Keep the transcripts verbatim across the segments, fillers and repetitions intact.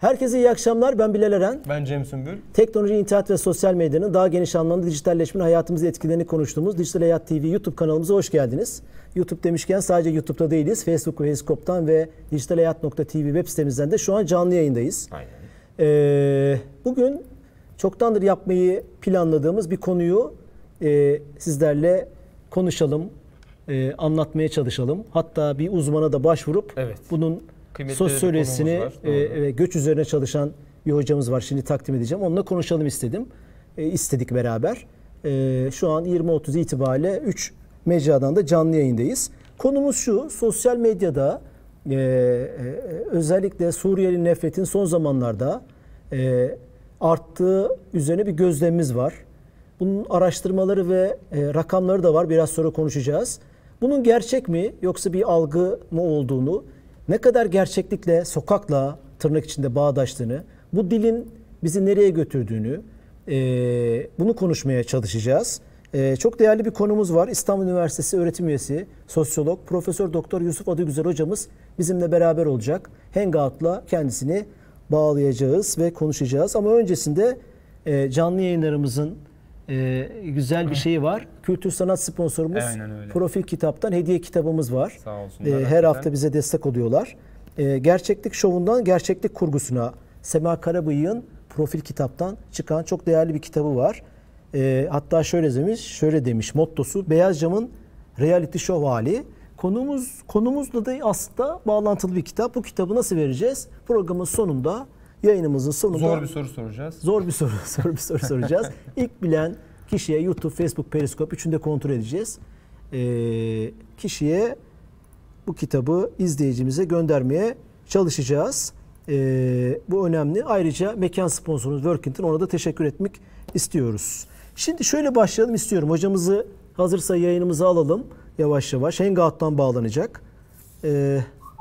Herkese iyi akşamlar. Ben Bilal Eren. Ben Cem Sümbül. Teknoloji, internet ve sosyal medyanın daha geniş anlamda dijitalleşmenin hayatımızı etkilerini konuştuğumuz Dijital Hayat T V YouTube kanalımıza hoş geldiniz. YouTube demişken sadece YouTube'da değiliz. Facebook ve Periskop'tan ve dijitalhayat nokta tv web sitemizden de şu an canlı yayındayız. Aynen. Ee, bugün çoktandır yapmayı planladığımız bir konuyu e, sizlerle konuşalım, e, anlatmaya çalışalım. Hatta bir uzmana da başvurup evet. bunun Kıymetli sosyolojisini e, ve göç üzerine çalışan bir hocamız var. Şimdi takdim edeceğim. Onunla konuşalım istedim. E, istedik beraber. E, şu an yirmi otuz itibariyle üç mecradan da canlı yayındayız. Konumuz şu: sosyal medyada e, e, özellikle Suriyeli nefretin son zamanlarda e, arttığı üzerine bir gözlemimiz var. Bunun araştırmaları ve e, rakamları da var. Biraz sonra konuşacağız. Bunun gerçek mi yoksa bir algı mı olduğunu, ne kadar gerçeklikle, sokakla tırnak içinde bağdaştığını, bu dilin bizi nereye götürdüğünü, e, bunu konuşmaya çalışacağız. E, çok değerli bir konumuz var. İstanbul Üniversitesi öğretim üyesi, sosyolog, Profesör Doktor Yusuf Adıgüzel hocamız bizimle beraber olacak. Hangout'la kendisini bağlayacağız ve konuşacağız. Ama öncesinde e, canlı yayınlarımızın e, güzel bir şeyi var. Kültür sanat sponsorumuz Profil Kitap'tan hediye kitabımız var. Sağ olsunlar. E, her hafta bize destek oluyorlar. E, gerçeklik şovundan gerçeklik kurgusuna Sema Karabıyık'ın Profil Kitap'tan çıkan çok değerli bir kitabı var. E, hatta şöyle demiş, şöyle demiş mottosu: Beyaz Cam'ın reality show hali. Konumuz konumuzla da aslında bağlantılı bir kitap. Bu kitabı nasıl vereceğiz? Programın sonunda, yayınımızın sonunda zor bir soru soracağız. Zor bir soru, zor bir soru soracağız. İlk bilen kişiye YouTube, Facebook, Periskop üçünde kontrol edeceğiz. E, kişiye bu kitabı izleyicimize göndermeye çalışacağız. E, bu önemli. Ayrıca mekan sponsorumuz Workington, ona da teşekkür etmek istiyoruz. Şimdi şöyle başlayalım istiyorum. Hocamızı hazırsa yayınımıza alalım yavaş yavaş. Hangout'tan bağlanacak. E,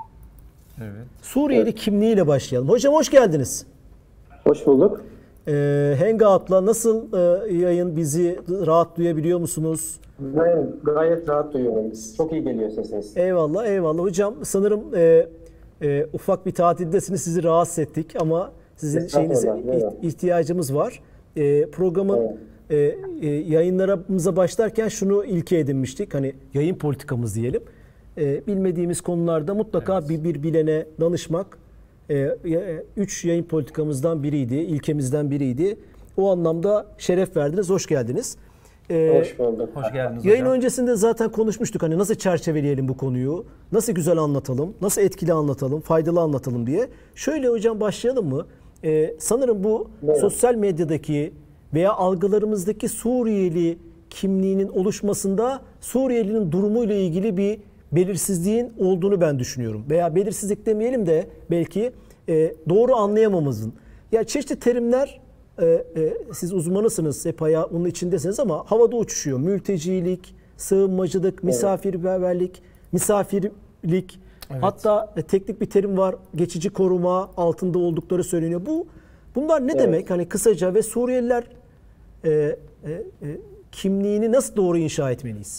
evet. Suriyeli evet. kimliğiyle başlayalım. Hocam hoş geldiniz. Hoş bulduk. E, Hangout'la nasıl e, yayın, bizi rahat duyabiliyor musunuz? Ben gayet rahat duyuyorum. Çok iyi geliyor sesiniz. Eyvallah, eyvallah. Hocam sanırım e, e, ufak bir tatildesiniz, sizi rahatsız ettik ama sizin şeyinize ihtiyacımız var. E, programın evet. e, e, yayınlarımıza başlarken şunu ilke edinmiştik. Hani yayın politikamız diyelim. E, bilmediğimiz konularda mutlaka evet. bir, bir bilene danışmak e, üç yayın politikamızdan biriydi, ilkemizden biriydi. O anlamda şeref verdiniz, hoş geldiniz. Ee, Hoş bulduk. Hoş geldiniz Yayın hocam. öncesinde zaten konuşmuştuk. Hani nasıl çerçeveleyelim bu konuyu? Nasıl güzel anlatalım? Nasıl etkili anlatalım? Faydalı anlatalım diye. Şöyle hocam başlayalım mı? Ee, sanırım bu evet. sosyal medyadaki veya algılarımızdaki Suriyeli kimliğinin oluşmasında Suriyelinin durumuyla ilgili bir belirsizliğin olduğunu ben düşünüyorum. Veya belirsizlik demeyelim de belki e, doğru anlayamamızın. Ya çeşitli terimler, Ee, e, siz uzmanısınız, hep ayağı onun içindesiniz ama havada uçuşuyor. Mültecilik, sığınmacılık, misafirperverlik, misafirlik. Evet. Hatta e, teknik bir terim var, geçici koruma altında oldukları söyleniyor. Bu bunlar ne evet. demek? Hani kısaca ve Suriyeliler e, e, e, kimliğini nasıl doğru inşa etmeliyiz?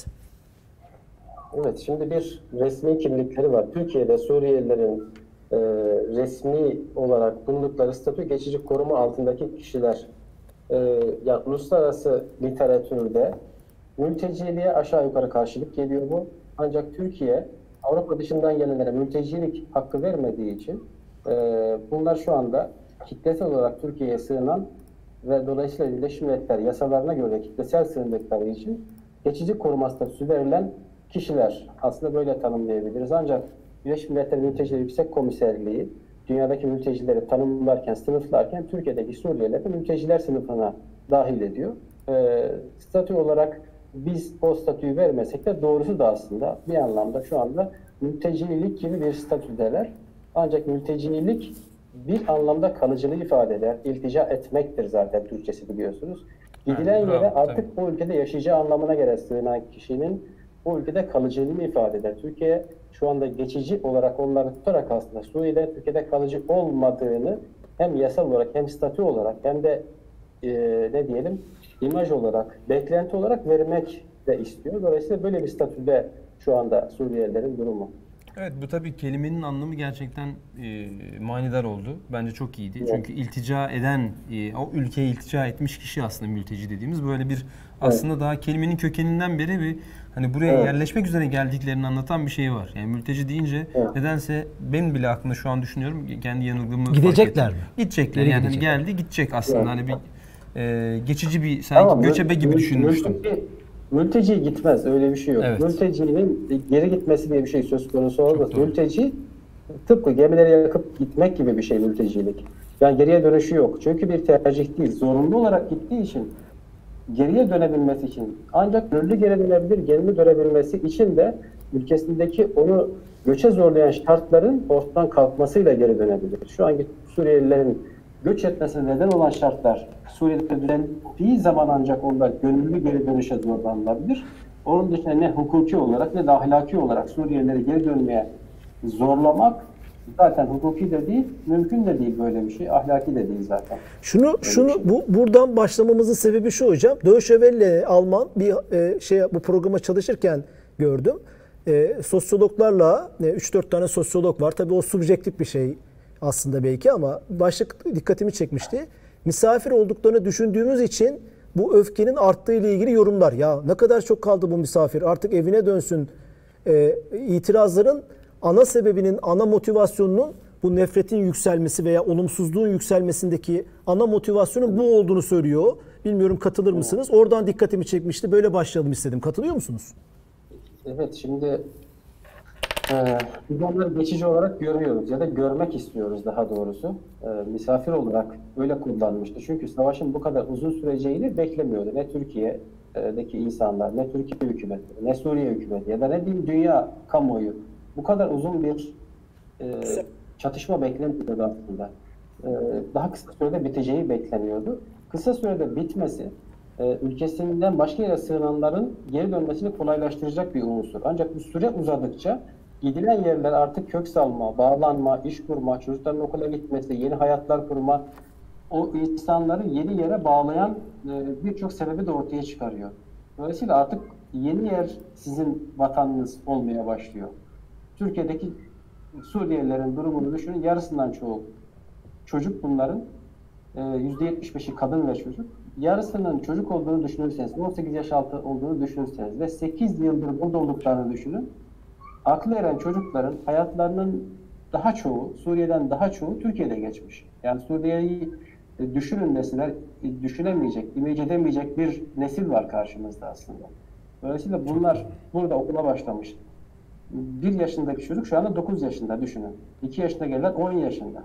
Evet, şimdi bir resmi kimlikleri var. Türkiye'de Suriyelilerin E, resmi olarak bulundukları statü geçici koruma altındaki kişiler. E, ya uluslararası literatürde mülteciliğe aşağı yukarı karşılık geliyor bu. Ancak Türkiye Avrupa dışından gelenlere mültecilik hakkı vermediği için e, bunlar şu anda kitlesel olarak Türkiye'ye sığınan ve dolayısıyla Birleşmiş Milletler yasalarına göre kitlesel sığındıkları için geçici koruma statüsü verilen kişiler. Aslında böyle tanımlayabiliriz. Ancak Birleşmiş Milletler Mülteciler Yüksek Komiserliği dünyadaki mültecileri tanımlarken, sınıflarken Türkiye'deki Suriyelileri de mülteciler sınıfına dahil ediyor. E, statü olarak biz o statüyü vermesek de doğrusu da aslında bir anlamda şu anda mültecilik gibi bir statüdeler. Ancak mültecilik bir anlamda kalıcılığı ifade eder. İltica etmektir zaten Türkçesi, biliyorsunuz. Gidilen yani, yere artık tabii. o ülkede yaşayacağı anlamına göre sığınan kişinin o ülkede kalıcılığını ifade eder. Türkiye şu anda geçici olarak onları tutarak aslında Suriye'de Türkiye'de kalıcı olmadığını hem yasal olarak hem statü olarak hem de e, ne diyelim imaj olarak, beklenti olarak vermek de istiyor. Dolayısıyla böyle bir statüde şu anda Suriyelilerin durumu. Evet, bu tabii kelimenin anlamı gerçekten e, manidar oldu. Bence çok iyiydi. Evet. Çünkü iltica eden, e, o ülkeye iltica etmiş kişi aslında mülteci dediğimiz böyle bir aslında evet. daha kelimenin kökeninden beri bir hani buraya evet. yerleşmek üzere geldiklerini anlatan bir şey var. Yani mülteci deyince evet. nedense benim bile aklımda şu an düşünüyorum kendi yanıldığımı gidecekler mi? Gidecekler. Nereye yani gidecek? Geldi gidecek aslında evet. hani bir e, geçici bir sanki tamam, göçebe gibi mül- düşünmüştüm. Mülteci, mülteci gitmez, öyle bir şey yok. Evet. Mültecinin geri gitmesi diye bir şey söz konusu olmaz. Mülteci tıpkı gemileri yakıp gitmek gibi bir şey mültecilik. Yani geriye dönüşü yok. Çünkü bir tercih değil. Zorunlu olarak gittiği için geriye dönebilmesi için ancak gönüllü geri dönebilir. Gönüllü dönebilmesi için de ülkesindeki onu göçe zorlayan şartların ortadan kalkmasıyla geri dönebilir. Şu anki Suriyelilerin göç etmesine neden olan şartlar Suriye'de düzenlendiği zaman ancak onlar gönüllü geri dönüşe zorlanılabilir. Onun dışında ne hukuki olarak ne de ahlaki olarak Suriyelileri geri dönmeye zorlamak zaten hukuki de değil, mümkün de değil böyle bir şey. Ahlaki de değil zaten. Şunu böyle şunu şey. bu buradan başlamamızın sebebi şu hocam. Deutsche Welle Alman bir e, şey bu programa çalışırken gördüm. E, sosyologlarla üç dört tane sosyolog var. Tabii o subjektif bir şey aslında belki ama başlık dikkatimi çekmişti. Misafir olduklarını düşündüğümüz için bu öfkenin arttığı ile ilgili yorumlar. Ya ne kadar çok kaldı bu misafir, artık evine dönsün. E, itirazların ana sebebinin, ana motivasyonunun bu nefretin yükselmesi veya olumsuzluğun yükselmesindeki ana motivasyonun bu olduğunu söylüyor. Bilmiyorum katılır mısınız? Oradan dikkatimi çekmişti. Böyle başlayalım istedim. Katılıyor musunuz? Evet, şimdi Ee, biz onları geçici olarak görüyoruz ya da görmek istiyoruz daha doğrusu. Ee, misafir olarak öyle kullanmıştı. Çünkü savaşın bu kadar uzun süreceğini beklemiyordu. Ne Türkiye'deki insanlar, ne Türkiye hükümeti, ne Suriye hükümeti ya da ne diyeyim dünya kamuoyu. Bu kadar uzun bir e, çatışma beklemiyordu aslında. Ee, daha kısa sürede biteceği bekleniyordu. Kısa sürede bitmesi e, ülkesinden başka yere sığınanların geri dönmesini kolaylaştıracak bir unsur. Ancak bu süre uzadıkça gidilen yerler artık kök salma, bağlanma, iş kurma, çocukların okula gitmesi, yeni hayatlar kurma, o insanları yeni yere bağlayan e, birçok sebebi de ortaya çıkarıyor. Dolayısıyla artık yeni yer sizin vatanınız olmaya başlıyor. Türkiye'deki Suriyelilerin durumunu düşünün, yarısından çoğu çocuk bunların, e, yüzde yetmiş beşi kadın ve çocuk. Yarısının çocuk olduğunu düşünürseniz, on sekiz yaş altı olduğunu düşünürseniz ve sekiz yıldır burada olduklarını düşünün. Aklı eren çocukların hayatlarının daha çoğu, Suriye'den daha çoğu Türkiye'de geçmiş. Yani Suriye'yi düşünün deseler, düşünemeyecek, imece edemeyecek bir nesil var karşımızda aslında. Dolayısıyla bunlar burada okula başlamış. Bir yaşındaki çocuk şu anda dokuz yaşında düşünün. iki yaşında gelen on yaşında.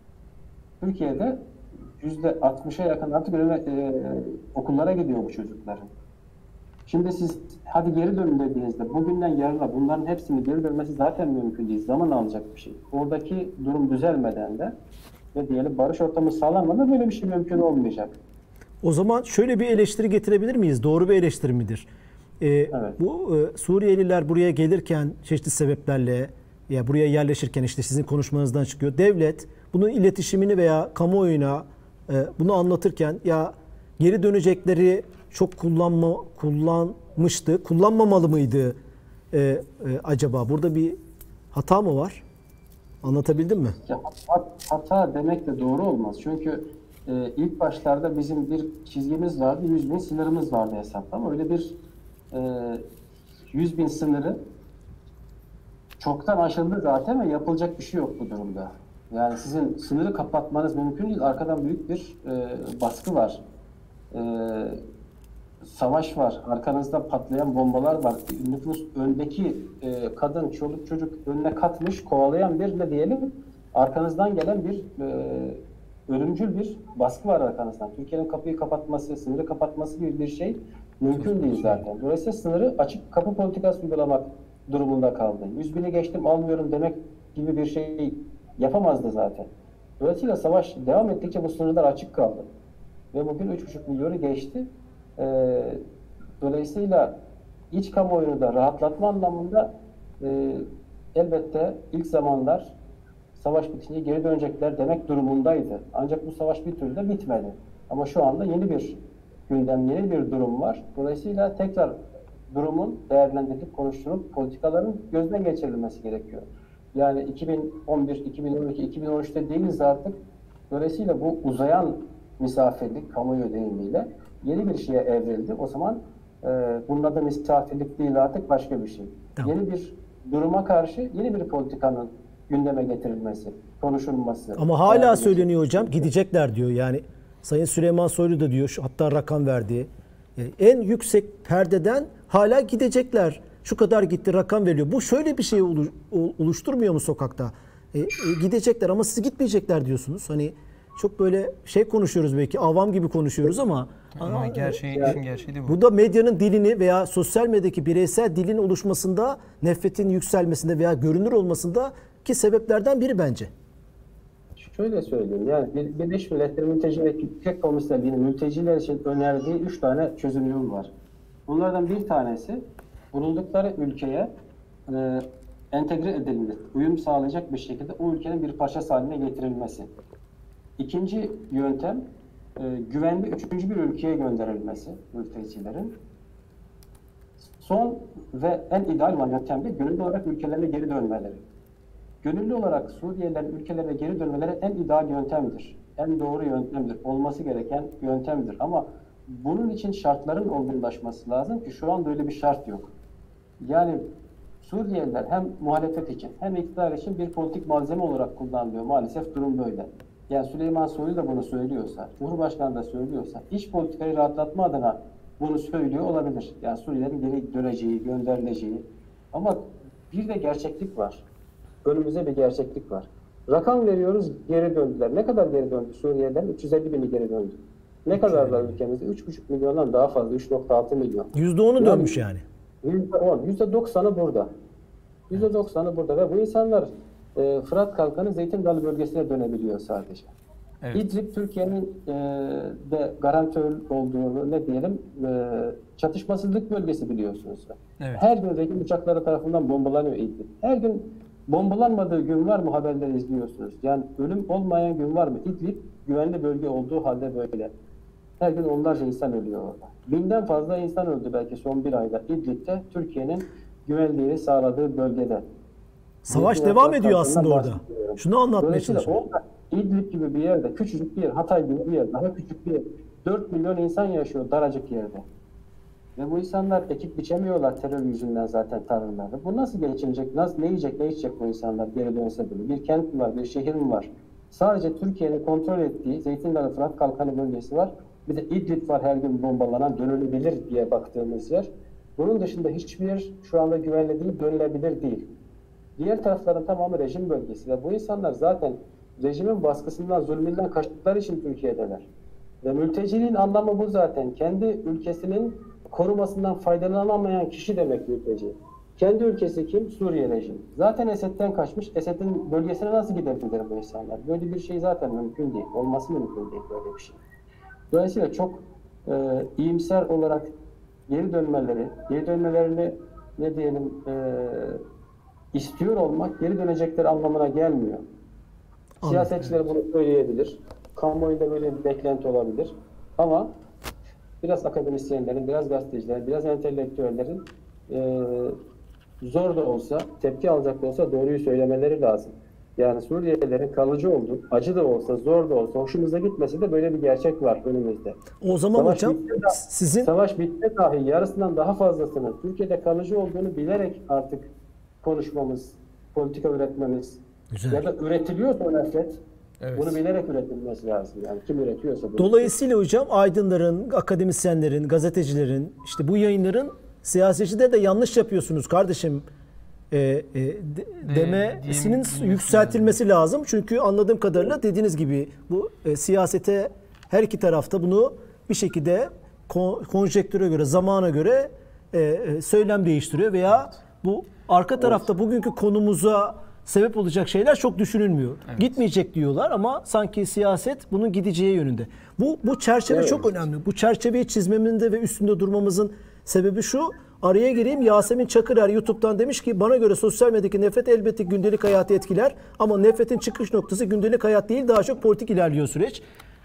Türkiye'de yüzde altmışa yakın artık öyle, e, okullara gidiyor bu çocukların. Şimdi siz hadi geri dönün dediğinizde bugünden yarına bunların hepsini geri dönmesi zaten mümkün değil. Zaman alacak bir şey. Oradaki durum düzelmeden de ve diyelim barış ortamı sağlanmadan böyle bir şey mümkün olmayacak. O zaman şöyle bir eleştiri getirebilir miyiz? Doğru bir eleştiri midir? Ee, evet. Bu e, Suriyeliler buraya gelirken çeşitli sebeplerle ya buraya yerleşirken işte sizin konuşmanızdan çıkıyor. Devlet bunun iletişimini veya kamuoyuna e, bunu anlatırken ya geri dönecekleri çok kullanma kullanmıştı. Kullanmamalı mıydı e, e, acaba? Burada bir hata mı var? Anlatabildim mi? Ya, hata demek de doğru olmaz. Çünkü e, ilk başlarda bizim bir çizgimiz vardı. yüz bin sınırımız vardı hesapta ama öyle bir e, yüz bin sınırı çoktan aşıldı zaten ve yapılacak bir şey yok bu durumda. Yani sizin sınırı kapatmanız mümkün değil. Arkadan büyük bir e, baskı var. E, savaş var. Arkanızda patlayan bombalar var. Nüfus öndeki e, kadın, çoluk çocuk önüne katmış, kovalayan bir ne diyelim arkanızdan gelen bir e, ölümcül bir baskı var arkanızdan. Türkiye'nin kapıyı kapatması, sınırı kapatması gibi bir şey mümkün değil zaten. Dolayısıyla sınırı açık kapı politikası uygulamak durumunda kaldı. yüz bini geçtim almıyorum demek gibi bir şey yapamazdı zaten. Dolayısıyla savaş devam ettikçe bu sınırlar açık kaldı. Ve bugün üç buçuk milyonu geçti. Ee, dolayısıyla iç kamuoyunu da rahatlatma anlamında e, elbette ilk zamanlar savaş bitince geri dönecekler demek durumundaydı. Ancak bu savaş bir türlü de bitmedi. Ama şu anda yeni bir gündem, yeni bir durum var. Dolayısıyla tekrar durumun değerlendirilip konuşulup politikaların gözden geçirilmesi gerekiyor. Yani iki bin on bir, iki bin on iki, iki bin on üçte değiliz artık. Dolayısıyla bu uzayan misafirlik, kamuoyu deyimiyle yeni bir şeye evrildi. O zaman e, bunun adı misafirlik değil, artık başka bir şey. Tamam. Yeni bir duruma karşı yeni bir politikanın gündeme getirilmesi, konuşulması. Ama hala Yani söyleniyor hocam, gidecekler diyor. Yani Sayın Süleyman Soylu da diyor, şu hatta rakam verdi. E, En yüksek perdeden hala gidecekler. Şu kadar gitti, rakam veriyor. Bu şöyle bir şey olu- oluşturmuyor mu sokakta? E, e, gidecekler ama siz gitmeyecekler diyorsunuz. Hani çok böyle şey konuşuyoruz, belki avam gibi konuşuyoruz ama Ama gerçeği, işin gerçeği de bu. bu da medyanın dilini veya sosyal medyadaki bireysel dilin oluşmasında, nefretin yükselmesinde veya görünür olmasında ki sebeplerden biri bence. Şöyle söyleyeyim, yani Bir- Birleşmiş Milletler Mülteci ve Yüksek Komiserliği'nin mülteciler için önerdiği üç tane çözüm yolu var. Bunlardan bir tanesi bulundukları ülkeye e, entegre edilmesi, uyum sağlayacak bir şekilde o ülkenin bir parçası haline getirilmesi. İkinci yöntem e, güvenli üçüncü bir ülkeye gönderilmesi mültecilerin. Son ve en ideal olan yöntem de gönüllü olarak ülkelerine geri dönmeleri. Gönüllü olarak Suriyelilerin ülkelerine geri dönmeleri en ideal yöntemdir. En doğru yöntemdir. Olması gereken yöntemdir. Ama bunun için şartların olgunlaşması lazım ki şu anda öyle bir şart yok. Yani Suriyeliler hem muhalefet için hem iktidar için bir politik malzeme olarak kullanılıyor. Maalesef durum böyle. Yani Süleyman Soylu da bunu söylüyorsa, Cumhurbaşkanı da söylüyorsa, iç politikayı rahatlatma adına bunu söylüyor olabilir. Yani Suriyelilerin geri döneceği, gönderileceği. Ama bir de gerçeklik var. Önümüzde bir gerçeklik var. Rakam veriyoruz, geri döndüler. Ne kadar geri döndü Suriyeliler? üç yüz elli bini geri döndü. Ne kadar var ülkemizde? üç buçuk milyondan daha fazla, üç nokta altı milyon. yüzde onu dönmüş yani. yüzde on, yüzde doksanı burada. yüzde doksanı burada ve bu insanlar e, Fırat Kalkanı Zeytin Dalı bölgesine dönebiliyor sadece. Evet. İdlib Türkiye'nin e, de garantör olduğunu, ne diyelim, e, çatışmasızlık bölgesi biliyorsunuz. Evet. Her gün rejim uçakları tarafından bombalanıyor İdlib. Her gün bombalanmadığı gün var mı, haberleri izliyorsunuz. Yani ölüm olmayan gün var mı? İdlib güvenli bölge olduğu halde böyle. Her gün onlarca insan ölüyor orada. Binden fazla insan öldü belki son bir ayda İdlib'de, Türkiye'nin güvenliğini sağladığı bölgede. Savaş Zeytin devam Dalı ediyor Kalkanı'ndan aslında orada. bahsediyorum. Şunu anlatmaya Dolayısıyla çalışıyorum. orada İdlib gibi bir yerde, küçücük bir yer, Hatay gibi bir yer, daha küçük bir yer, dört milyon insan yaşıyor daracık yerde. Ve bu insanlar ekip biçemiyorlar terör yüzünden zaten tarımlarda. Bu nasıl geçinecek, nasıl, ne yiyecek, ne içecek bu insanlar geri dönse bile? Bir kent mi var, bir şehir mi var? Sadece Türkiye'nin kontrol ettiği Zeytin Dalı Fırat Kalkanı bölgesi var. Bir de İdlib var, her gün bombalanan, dönülebilir diye baktığımız yer. Bunun dışında hiçbir yer şu anda güvenli değil, dönülebilir değil. Diğer tarafların tamamı rejim bölgesi ve bu insanlar zaten rejimin baskısından, zulmünden kaçtıkları için Türkiye'deler. Ve mülteciliğin anlamı bu zaten. Kendi ülkesinin korumasından faydalanamayan kişi demek mülteci. Kendi ülkesi kim? Suriye rejimi. Zaten Esed'den kaçmış. Esed'in bölgesine nasıl gidebilir bu insanlar? Böyle bir şey zaten mümkün değil. Olması mümkün değil böyle bir şey. Dolayısıyla çok e, iyimser olarak geri dönmeleri, geri dönmelerini ne diyelim e, istiyor olmak geri dönecekleri anlamına gelmiyor. Siyasetçiler bunu söyleyebilir. Kamuoyunda böyle bir beklenti olabilir. Ama biraz akademisyenlerin, biraz gazetecilerin, biraz entelektüellerin e, zor da olsa, tepki alacak da olsa doğruyu söylemeleri lazım. Yani Suriyelilerin kalıcı olduğu, acı da olsa, zor da olsa, hoşumuza gitmese de böyle bir gerçek var önümüzde. O zaman Savaş hocam bitse dahi- sizin Savaş bitse dahi yarısından daha fazlasının Türkiye'de kalıcı olduğunu bilerek artık konuşmamız, politika üretmemiz Güzel. ya da üretiliyorsa o nefret, Evet. bunu bilerek üretilmesi lazım. Yani kim üretiyorsa bunu. dolayısıyla hocam aydınların, akademisyenlerin, gazetecilerin, işte bu yayınların siyasetçide de yanlış yapıyorsunuz kardeşim e, e, de- demesinin diyeyim- yükseltilmesi lazım. Çünkü anladığım kadarıyla dediğiniz gibi bu e, siyasete her iki tarafta bunu bir şekilde kon- konjektüre göre, zamana göre e, e, söylem değiştiriyor veya bu arka tarafta bugünkü konumuza sebep olacak şeyler çok düşünülmüyor. Gitmeyecek diyorlar ama sanki siyaset bunun gideceği yönünde. Bu bu çerçeve Evet. çok önemli. Bu çerçeveyi çizmemin de ve üstünde durmamızın sebebi şu. Araya gireyim. Yasemin Çakırer YouTube'dan demiş ki bana göre sosyal medyadaki nefret elbette gündelik hayatı etkiler ama nefretin çıkış noktası gündelik hayat değil, daha çok politik ilerliyor süreç.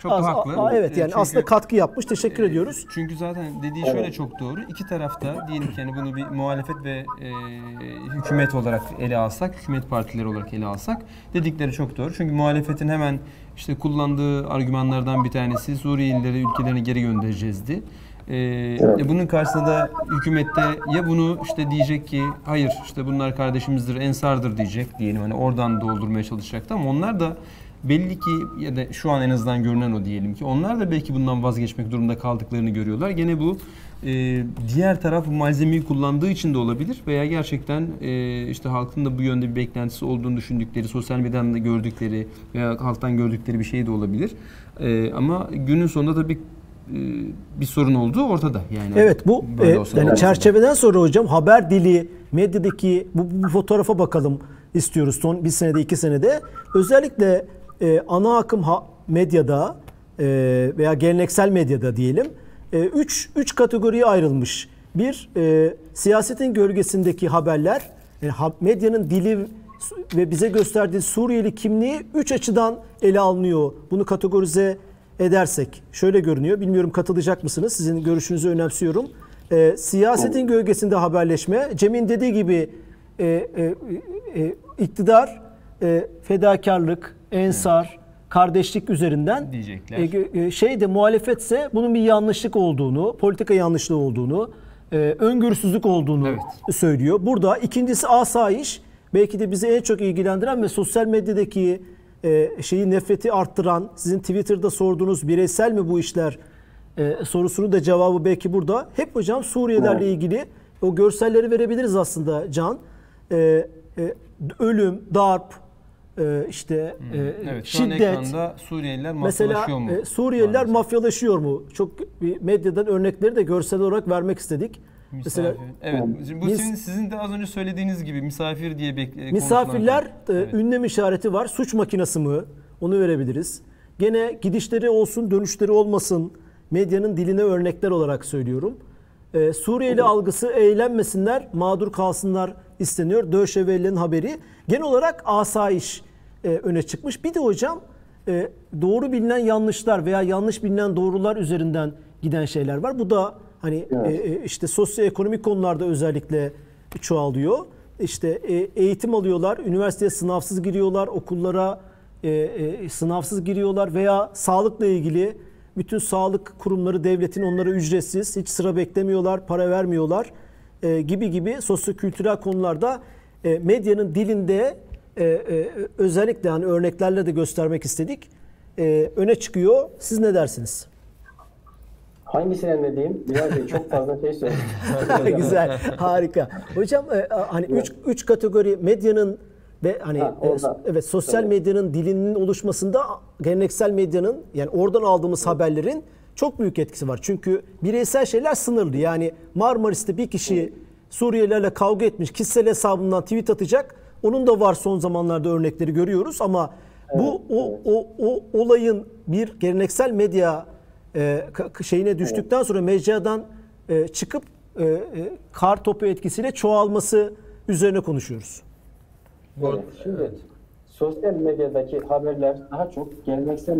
Çok Az- da haklı. a- evet yani Çünkü- aslında katkı yapmış. Teşekkür ediyoruz. Çünkü zaten dediği şöyle çok doğru. İki tarafta diyelim ki yani bunu bir muhalefet ve e, hükümet olarak ele alsak, hükümet partileri olarak ele alsak dedikleri çok doğru. Çünkü muhalefetin hemen işte kullandığı argümanlardan bir tanesi Suriyelileri ülkelerine geri göndereceğizdi. Ee, e, bunun karşısında da hükümette ya bunu işte diyecek ki hayır işte bunlar kardeşimizdir, ensardır diyecek diyelim hani oradan doldurmaya çalışacaktı ama onlar da belli ki ya da şu an en azından görünen o diyelim ki onlar da belki bundan vazgeçmek durumunda kaldıklarını görüyorlar. Gene bu e, diğer taraf bu malzemeyi kullandığı için de olabilir veya gerçekten e, işte halkın da bu yönde bir beklentisi olduğunu düşündükleri, sosyal medyadan da gördükleri veya halktan gördükleri bir şey de olabilir. E, ama günün sonunda tabii e, bir sorun olduğu ortada. Yani Evet bu böyle e, olsa da yani olmasa da. çerçeveden sonra hocam haber dili, medyadaki bu, bu fotoğrafa bakalım istiyoruz son bir senede iki senede. Özellikle e, ana akım ha, medyada e, veya geleneksel medyada diyelim e, üç, üç kategoriye ayrılmış. Bir e, siyasetin gölgesindeki haberler, e, ha, medyanın dili ve bize gösterdiği Suriyeli kimliği üç açıdan ele alınıyor. Bunu kategorize edersek şöyle görünüyor. Bilmiyorum katılacak mısınız? Sizin görüşünüzü önemsiyorum. E, siyasetin gölgesinde haberleşme, Cem'in dediği gibi e, e, e, iktidar, e, fedakarlık, ensar, kardeşlik üzerinden Diyecekler. e, e, şeyde muhalefetse bunun bir yanlışlık olduğunu, politika yanlışlığı olduğunu, e, öngörüsüzlük olduğunu Evet. söylüyor. Burada ikincisi asayiş, belki de bizi en çok ilgilendiren ve sosyal medyadaki e, şeyi nefreti arttıran, sizin Twitter'da sorduğunuz bireysel mi bu işler e, sorusunu da cevabı belki burada. Hep hocam Suriyelilerle ilgili o görselleri verebiliriz aslında Can. E, e, ölüm, darp, e, işte e, Evet, şu an şiddet. ekranda Suriyeliler Mesela mafyalaşıyor mu? e, Suriyeliler Maalesef. mafyalaşıyor mu? Çok bir medyadan örnekleri de görsel olarak vermek istedik. Misafir. Mesela Evet. Şimdi bu mis- sizin, sizin de az önce söylediğiniz gibi misafir diye bek- misafirler konuşulan- e, Evet. ünlem işareti var. Suç makinesi mi? Onu verebiliriz. Gene gidişleri olsun, dönüşleri olmasın. Medyanın diline örnekler olarak söylüyorum. E, Suriyeli algısı eğlenmesinler, mağdur kalsınlar isteniyor. Döşeveli'nin haberi. Genel olarak asayiş e, öne çıkmış. Bir de hocam e, doğru bilinen yanlışlar veya yanlış bilinen doğrular üzerinden giden şeyler var. Bu da hani Evet. e, işte sosyoekonomik konularda özellikle çoğalıyor. İşte e, eğitim alıyorlar, üniversiteye sınavsız giriyorlar, okullara e, e, sınavsız giriyorlar veya sağlıkla ilgili bütün sağlık kurumları devletin onlara ücretsiz, hiç sıra beklemiyorlar, para vermiyorlar e, gibi gibi sosyokültürel konularda e, medyanın dilinde e, e, özellikle hani örneklerle de göstermek istedik. E, öne çıkıyor. Siz ne dersiniz? Hangisine ne diyeyim? Bilal Bey çok fazla şey söyledi. Güzel, harika. Hocam e, hani üç, üç kategori medyanın ve hani Ha, e, orada. evet sosyal Evet. medyanın dilinin oluşmasında geleneksel medyanın yani oradan aldığımız haberlerin çok büyük etkisi var. Çünkü bireysel şeyler sınırlı. Yani Marmaris'te bir kişi Suriyelilerle kavga etmiş, kişisel hesabından tweet atacak. Onun da var son zamanlarda örnekleri görüyoruz ama bu o, o, o olayın bir geleneksel medya e, ka- şeyine düştükten sonra mecradan e, çıkıp e, e, kar topu etkisiyle çoğalması üzerine konuşuyoruz. Evet, şimdi sosyal medyadaki haberler daha çok geleneksel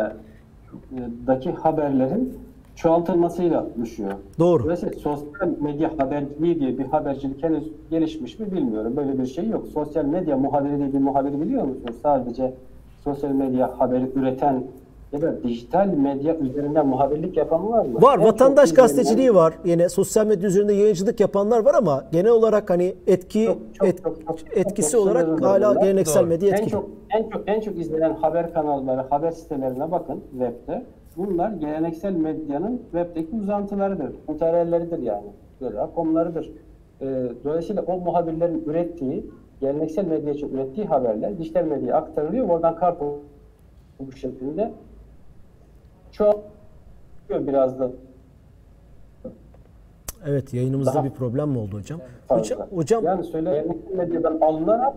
medyadaki haberlerin çoğaltılmasıyla düşüyor. Doğru. Dolayısıyla sosyal medya haberciliği diye bir habercilik henüz gelişmiş mi bilmiyorum. Böyle bir şey yok. Sosyal medya muhabiri diye bir muhabiri biliyor musunuz? Sadece sosyal medya haberi üreten ya da dijital medya üzerinden muhabirlik yapan var mı? Var, En vatandaş çok gazeteciliği izlenen- var. Yine sosyal medya üzerinde yayıncılık yapanlar var ama genel olarak hani etki Çok, çok, et- çok, çok, çok, etkisi çok olarak sınırlı hala bunlar. geleneksel Doğru. medya En etkili. çok en çok en çok izlenen haber kanalları, haber sitelerine bakın web'de. Bunlar geleneksel medyanın web'deki uzantılarıdır, muhterelleridir yani. Böyle rakamlarıdır. Ee, dolayısıyla o muhabirlerin ürettiği, geleneksel medya için ürettiği haberler dijital medyaya aktarılıyor. Oradan kartopu bu şekilde çoğalıyor biraz da. Evet, yayınımızda Daha bir problem mi oldu hocam? fazla. Hocam, hocam, Yani söyle geleneksel medyadan alınarak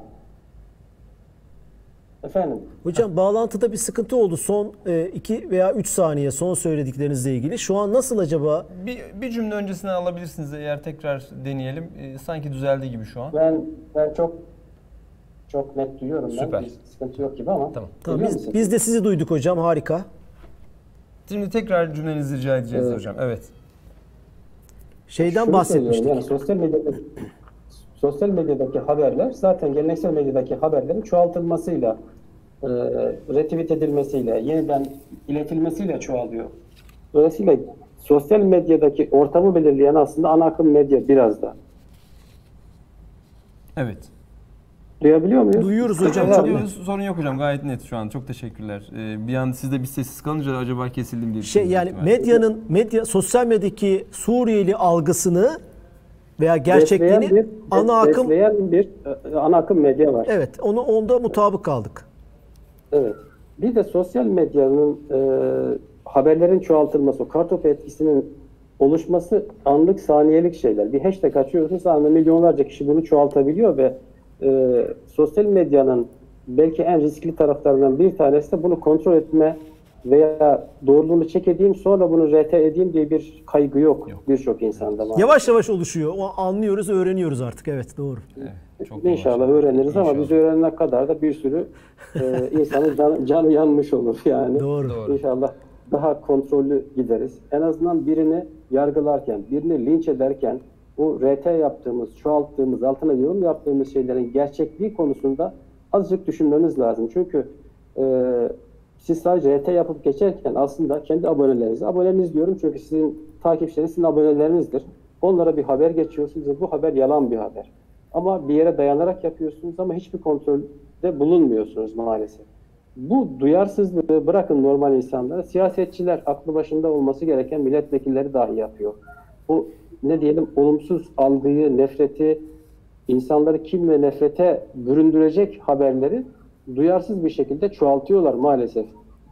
efendim hocam bağlantıda bir sıkıntı oldu. Son iki veya üç saniye son söylediklerinizle ilgili. Şu an nasıl acaba? Bir, bir cümle öncesinden alabilirsiniz eğer tekrar deneyelim. Ee, sanki düzeldi gibi şu an. Ben ben çok çok net duyuyorum ben. Süper. Bir sıkıntı yok gibi ama. Tamam. Tamam, Duyuyor biz, musun? biz de sizi duyduk hocam. Harika. Şimdi tekrar cümlenizi rica edeceğiz Evet. hocam. Evet. Şeyden Şunu bahsetmiştik. söylüyorum, Yani sosyal medyada sosyal medyadaki haberler zaten geleneksel medyadaki haberlerin çoğaltılmasıyla, e, retweet edilmesiyle, yeniden iletilmesiyle çoğalıyor. Dolayısıyla sosyal medyadaki ortamı belirleyen aslında ana akım medya biraz da. Evet. Duyabiliyor muyuz? Duyuyoruz hocam. Hocam çok diyoruz, sorun yok hocam, gayet net şu an. Çok teşekkürler. Ee, bir an siz de bir sessiz kalınca acaba kesildim diye Şey düşündüm yani büyük ihtimalle. medyanın medya sosyal medyadaki Suriyeli algısını veya gerçekliğini Besleyen bir, ana akım besleyen bir e, ana akım medya var. evet onu onda mutabık kaldık. Evet. Bir de sosyal medyanın e, haberlerin çoğaltılması, o kartopu etkisinin oluşması anlık, saniyelik şeyler. Bir hashtag açıyorsunuz, anında milyonlarca kişi bunu çoğaltabiliyor ve e, sosyal medyanın belki en riskli taraflarından bir tanesi de bunu kontrol etme veya doğruluğunu check edeyim, sonra bunu R T edeyim diye bir kaygı yok, yok. birçok insanda. Var. Yavaş yavaş oluşuyor. O anlıyoruz, öğreniyoruz artık. Evet, doğru. Evet, çok İnşallah yavaş. öğreniriz İnşallah. ama biz öğrenene kadar da bir sürü e, insanın canı, canı yanmış olur yani. Doğru. Doğru. İnşallah daha kontrollü gideriz. En azından birini yargılarken, birini linç ederken bu R T yaptığımız, çoğalttığımız, altına yorum yaptığımız şeylerin gerçekliği konusunda azıcık düşünmemiz lazım. Çünkü e, siz sadece R T yapıp geçerken aslında kendi abonelerinize, aboneniz diyorum çünkü sizin takipçileriniz sizin abonelerinizdir. Onlara bir haber geçiyorsunuz ve bu haber yalan bir haber. Ama bir yere dayanarak yapıyorsunuz ama hiçbir kontrolde bulunmuyorsunuz maalesef. Bu duyarsızlığı bırakın normal insanlara, siyasetçiler, aklı başında olması gereken milletvekilleri dahi yapıyor. Bu ne diyelim olumsuz algıyı, nefreti, insanları kin ve nefrete büründürecek haberleri duyarsız bir şekilde çoğaltıyorlar maalesef.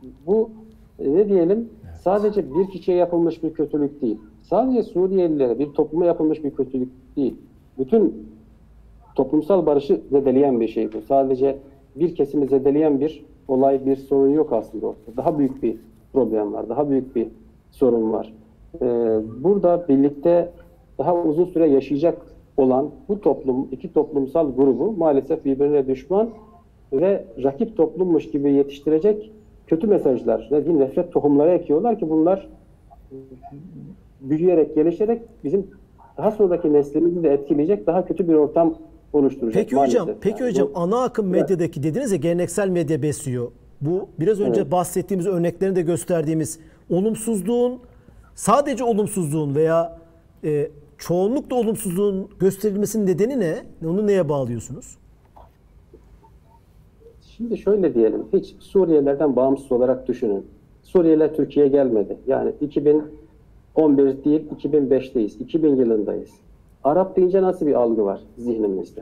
Bu ne diyelim sadece bir kişiye yapılmış bir kötülük değil. Sadece Suriyelilere, bir topluma yapılmış bir kötülük değil. Bütün toplumsal barışı zedeleyen bir şey bu. Sadece bir kesimi zedeleyen bir olay, bir sorun yok aslında ortada. Daha büyük bir problem var, daha büyük bir sorun var. Ee, burada birlikte daha uzun süre yaşayacak olan bu toplum, iki toplumsal grubu maalesef birbirine düşman ve rakip toplummuş gibi yetiştirecek kötü mesajlar, ne diyeyim, nefret tohumları ekiyorlar ki bunlar büyüyerek, gelişerek bizim daha sonraki neslimizi de etkileyecek daha kötü bir ortam oluşturacak. Peki hocam, maalesef. peki Yani hocam bu- ana akım medyadaki dediniz ya geleneksel medya besliyor. Bu biraz önce Evet. bahsettiğimiz örneklerini de gösterdiğimiz olumsuzluğun sadece olumsuzluğun veya e, çoğunlukla olumsuzluğun gösterilmesinin nedeni ne? Onu neye bağlıyorsunuz? Şimdi şöyle diyelim, hiç Suriyelilerden bağımsız olarak düşünün. Suriyeliler Türkiye'ye gelmedi. Yani iki bin on bir değil, iki bin beşteyiz, iki bin yılındayız. Arap deyince nasıl bir algı var zihnimizde?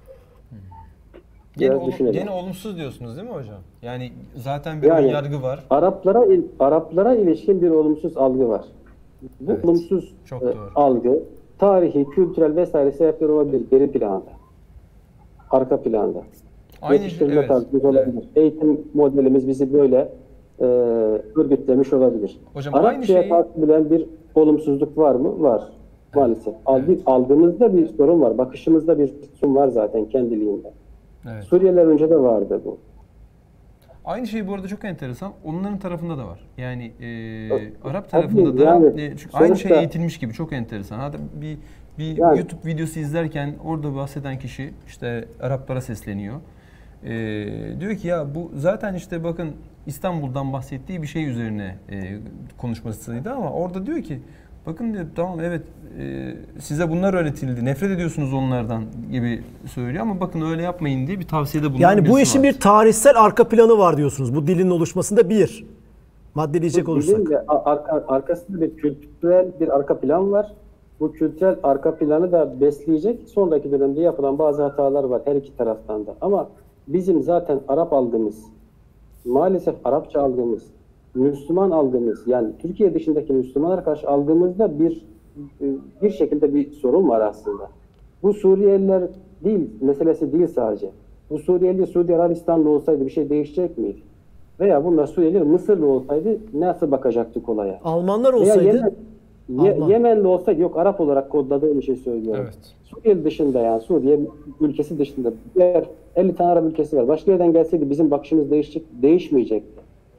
Gene, Biraz olum- düşünelim. gene olumsuz diyorsunuz değil mi hocam? Yani zaten bir Yani ön yargı var. Araplara il- Araplara ilişkin bir olumsuz algı var. Bu Evet, olumsuz çok e, doğru. algı tarihi, kültürel vesaire sebepler olabilir. Geri planda, arka planda. Aynı Yetiştirme evet. tarzımız olabilir. Eğitim modelimiz bizi böyle e, örgütlemiş olabilir. Hocam aynı Arapçaya şeyi- karşı bilen bir olumsuzluk var mı? Var. Maalesef. Algı, algımızda bir sorun var. Bakışımızda bir sorun var zaten kendiliğinde. Evet. Suriyeliler önce de vardı bu. Aynı şey bu arada çok enteresan. Onların tarafında da var. Yani e, Evet. Arap tarafında Tabii da yani e, çünkü aynı şey sonuçta- eğitilmiş gibi çok enteresan. Hatta bir bir Yani- YouTube videosu izlerken orada bahseden kişi işte Araplara sesleniyor. E, diyor ki ya bu zaten işte bakın İstanbul'dan bahsettiği bir şey üzerine e, konuşmasıydı ama orada diyor ki bakın diyor tamam evet e, size bunlar öğretildi. Nefret ediyorsunuz onlardan gibi söylüyor ama bakın öyle yapmayın diye bir tavsiyede bulunan Yani bu birisi işin var. bir tarihsel arka planı var diyorsunuz. Bu dilin oluşmasında bir. Maddeleyecek Bu olursak. dilin de arka, arkasında bir kültürel bir arka plan var. Bu kültürel arka planı da besleyecek. Sonraki dönemde yapılan bazı hatalar var her iki taraftan da. Ama bizim zaten Arap algımız, maalesef Arapça algımız, Müslüman algımız, yani Türkiye dışındaki Müslümanlara karşı algımızda bir bir şekilde bir sorun var aslında. Bu Suriyeliler değil, meselesi değil sadece. Bu Suriyeli Suudi Arabistanlı olsaydı bir şey değişecek miydi? Veya bunlar Suriyeliler Mısırlı olsaydı nasıl bakacaktık olaya? Almanlar Veya olsaydı Yemen, Ye- Alman. Yemenli olsaydı, yok Arap olarak kodladığım bir şey söylüyorum. Evet. Suriye dışında, yani Suriye ülkesi dışında diğer elli tane Arap ülkesi var. Başka yerden gelseydi bizim bakışımız değişecek, değişmeyecekti.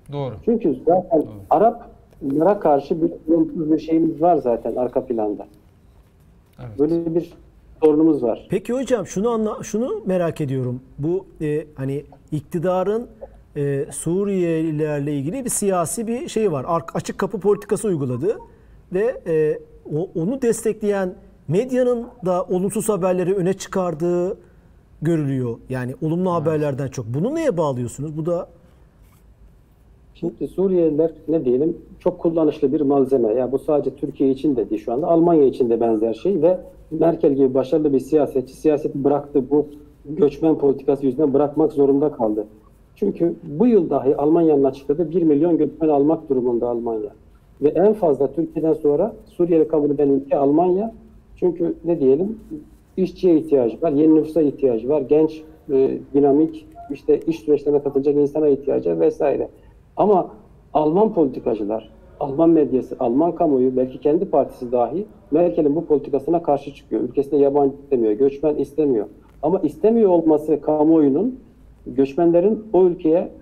Doğru. Çünkü zaten Doğru. Araplara karşı bir olumsuz bir şeyimiz var zaten arka planda. Evet. Böyle bir sorunumuz var. Peki hocam şunu anla, şunu merak ediyorum. Bu e, hani iktidarın e, Suriyelilerle ilgili bir siyasi bir şey var. Ar- açık kapı politikası uyguladı ve e, o, onu destekleyen medyanın da olumsuz haberleri öne çıkardığı görülüyor. Yani olumlu haberlerden çok. Bunu neye bağlıyorsunuz? Bu da Şimdi Suriyeliler ne diyelim çok kullanışlı bir malzeme. Ya bu sadece Türkiye için de değil şu anda. Almanya için de benzer şey ve Merkel gibi başarılı bir siyasetçi siyaseti bıraktı. Bu göçmen politikası yüzünden bırakmak zorunda kaldı. Çünkü bu yıl dahi Almanya'nın açıkladığı bir milyon göçmen almak durumunda Almanya. Ve en fazla Türkiye'den sonra Suriyeli kabul eden ülke Almanya. Çünkü ne diyelim işçiye ihtiyacı var, yeni nüfusa ihtiyacı var, genç, e, dinamik işte iş süreçlerine katılacak insana ihtiyacı var vesaire. Ama Alman politikacılar, Alman medyası, Alman kamuoyu, belki kendi partisi dahi Merkel'in bu politikasına karşı çıkıyor. Ülkesinde yabancı istemiyor, göçmen istemiyor. Ama istemiyor olması kamuoyunun göçmenlerin o ülkeye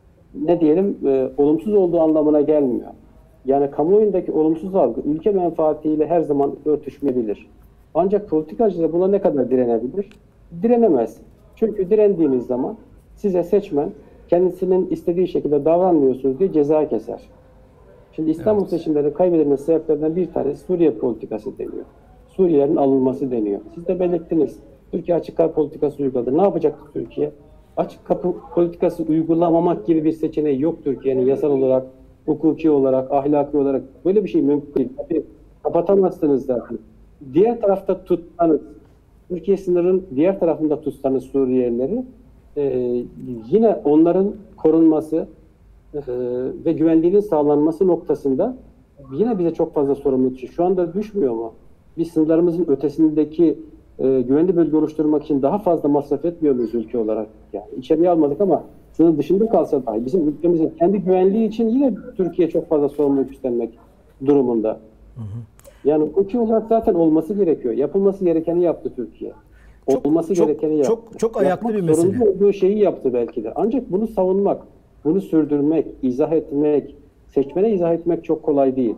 ne diyelim e, olumsuz olduğu anlamına gelmiyor. Yani kamuoyundaki olumsuz algı ülke menfaatiyle her zaman örtüşmeyebilir. Ancak politikacılar buna ne kadar direnebilir? Direnemez. Çünkü direndiğiniz zaman size seçmen kendisinin istediği şekilde davranmıyorsunuz diye ceza keser. Şimdi İstanbul evet. seçimleri kaybedilmenin sebeplerinden bir tanesi Suriye politikası deniyor. Suriyelilerin alınması deniyor. Siz de belirttiniz. Türkiye açık kapı politikası uyguladı. Ne yapacaktı Türkiye? Açık kapı politikası uygulamamak gibi bir seçeneği yok Türkiye'nin yasal olarak, hukuki olarak, ahlaki olarak. Böyle bir şey mümkün değil. Tabii kapatamazsınız zaten. Diğer tarafta tutsanız, Türkiye sınırının diğer tarafında tutsanız Suriyelileri, Ee, yine onların korunması e, ve güvenliğinin sağlanması noktasında yine bize çok fazla sorumluluk düşüyor. Şu anda düşmüyor mu? Biz sınırlarımızın ötesindeki e, güvenli bölge oluşturmak için daha fazla masraf etmiyor muyuz ülke olarak? Yani içeriye almadık ama sınır dışında kalsa dahi bizim ülkemizin kendi güvenliği için yine Türkiye çok fazla sorumluluk üstlenmek durumunda. Hı hı. Yani hukuki olarak zaten olması gerekiyor. Yapılması gerekeni yaptı Türkiye. Çok, olması çok, gerekeni yaptı. Çok, çok ayaklı bir mesele. Sorumlu olduğu şeyi yaptı belki de. Ancak bunu savunmak, bunu sürdürmek, izah etmek, seçmene izah etmek çok kolay değil.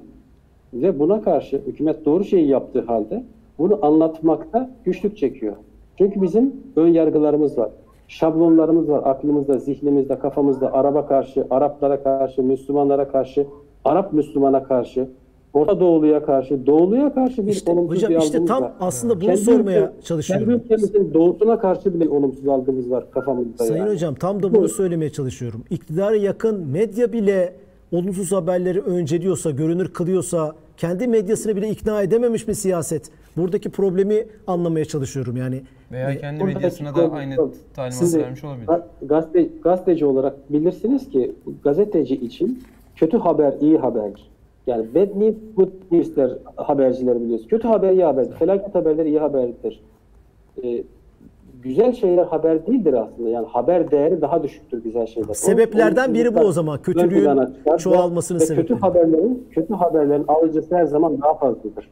Ve buna karşı hükümet doğru şeyi yaptığı halde bunu anlatmakta güçlük çekiyor. Çünkü bizim ön yargılarımız var. Şablonlarımız var aklımızda, zihnimizde, kafamızda. Araba karşı, Araplara karşı, Müslümanlara karşı, Arap Müslümana karşı, Orta Doğulu'ya karşı, Doğulu'ya karşı bir işte, olumsuz hocam, bir işte algımız tam var. aslında bunu kendi sormaya ülke, çalışıyorum. Kendi ülkemizin doğusuna karşı bile olumsuz algımız var kafamızda. Sayın yani. hocam tam da bunu Bu, söylemeye çalışıyorum. İktidara yakın medya bile olumsuz haberleri önceliyorsa, görünür kılıyorsa, kendi medyasını bile ikna edememiş mi siyaset? Buradaki problemi anlamaya çalışıyorum yani. Veya kendi medyasına da aynı talimat vermiş olabilir. Gazete, gazeteci olarak bilirsiniz ki gazeteci için kötü haber iyi haber. Yani bad news, good news'ler haberciler biliyoruz. Kötü haber iyi haber, felaket haberler iyi haberdir. Ee, güzel şeyler haber değildir aslında. Yani haber değeri daha düşüktür güzel şeyler. Sebeplerden biri bu o zaman. Kötülüğün çoğalmasının sebebi. Kötü haberlerin, kötü haberlerin alıcısı her zaman daha fazladır.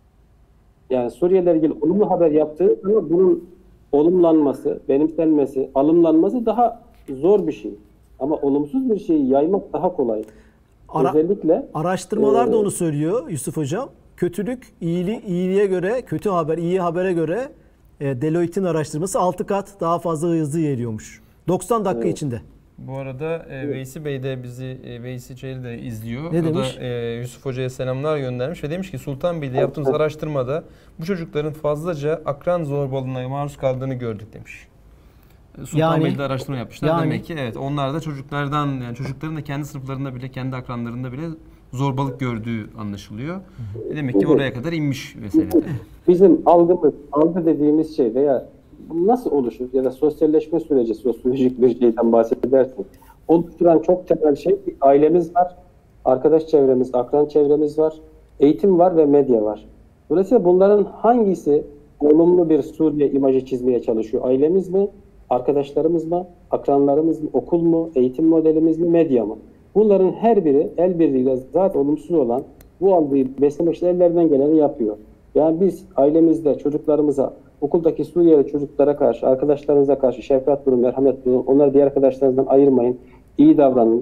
Yani Suriye'yle ilgili olumlu haber yaptığı zaman bunun olumlanması, benimsenmesi, alımlanması daha zor bir şey. Ama olumsuz bir şeyi yaymak daha kolay. Ara, Özellikle araştırmalar e, da onu söylüyor Yusuf Hocam. Kötülük iyili, iyiliğe göre, kötü haber iyi habere göre e, Deloitte'in araştırması altı kat daha fazla hızlı yayılıyormuş. doksan dakika evet. içinde. Bu arada e, Veysi Bey de bizi, e, Veysi Çeli de izliyor. Ne o demiş? da e, Yusuf Hoca'ya selamlar göndermiş ve demiş ki Sultanbeyli'de yaptığımız araştırmada bu çocukların fazlaca akran zorbalığına maruz kaldığını gördük demiş. Sultanbeyli'de yani, araştırma yapmışlar. Yani, demek ki evet onlar da çocuklardan yani çocukların da kendi sınıflarında bile kendi akranlarında bile zorbalık gördüğü anlaşılıyor. Hı hı. Demek ki oraya kadar inmiş meselede. Bizim algımız, algı dediğimiz şey veya nasıl oluşur ya da sosyalleşme süreci, sosyolojik bir şeyden bahsedersek oluşturan çok temel şey ailemiz var, arkadaş çevremiz, akran çevremiz var, eğitim var ve medya var. Dolayısıyla bunların hangisi olumlu bir Suriye imajı çizmeye çalışıyor? Ailemiz mi? Arkadaşlarımız mı, akranlarımız mı, okul mu, eğitim modelimiz mi, medya mı? Bunların her biri el birliğiyle zaten olumsuz olan bu algıyı beslemek için ellerinden geleni yapıyor. Yani biz ailemizde çocuklarımıza, okuldaki Suriyeli çocuklara karşı, arkadaşlarınıza karşı şefkat durun, merhamet durun, onları diğer arkadaşlarınızdan ayırmayın, iyi davranın,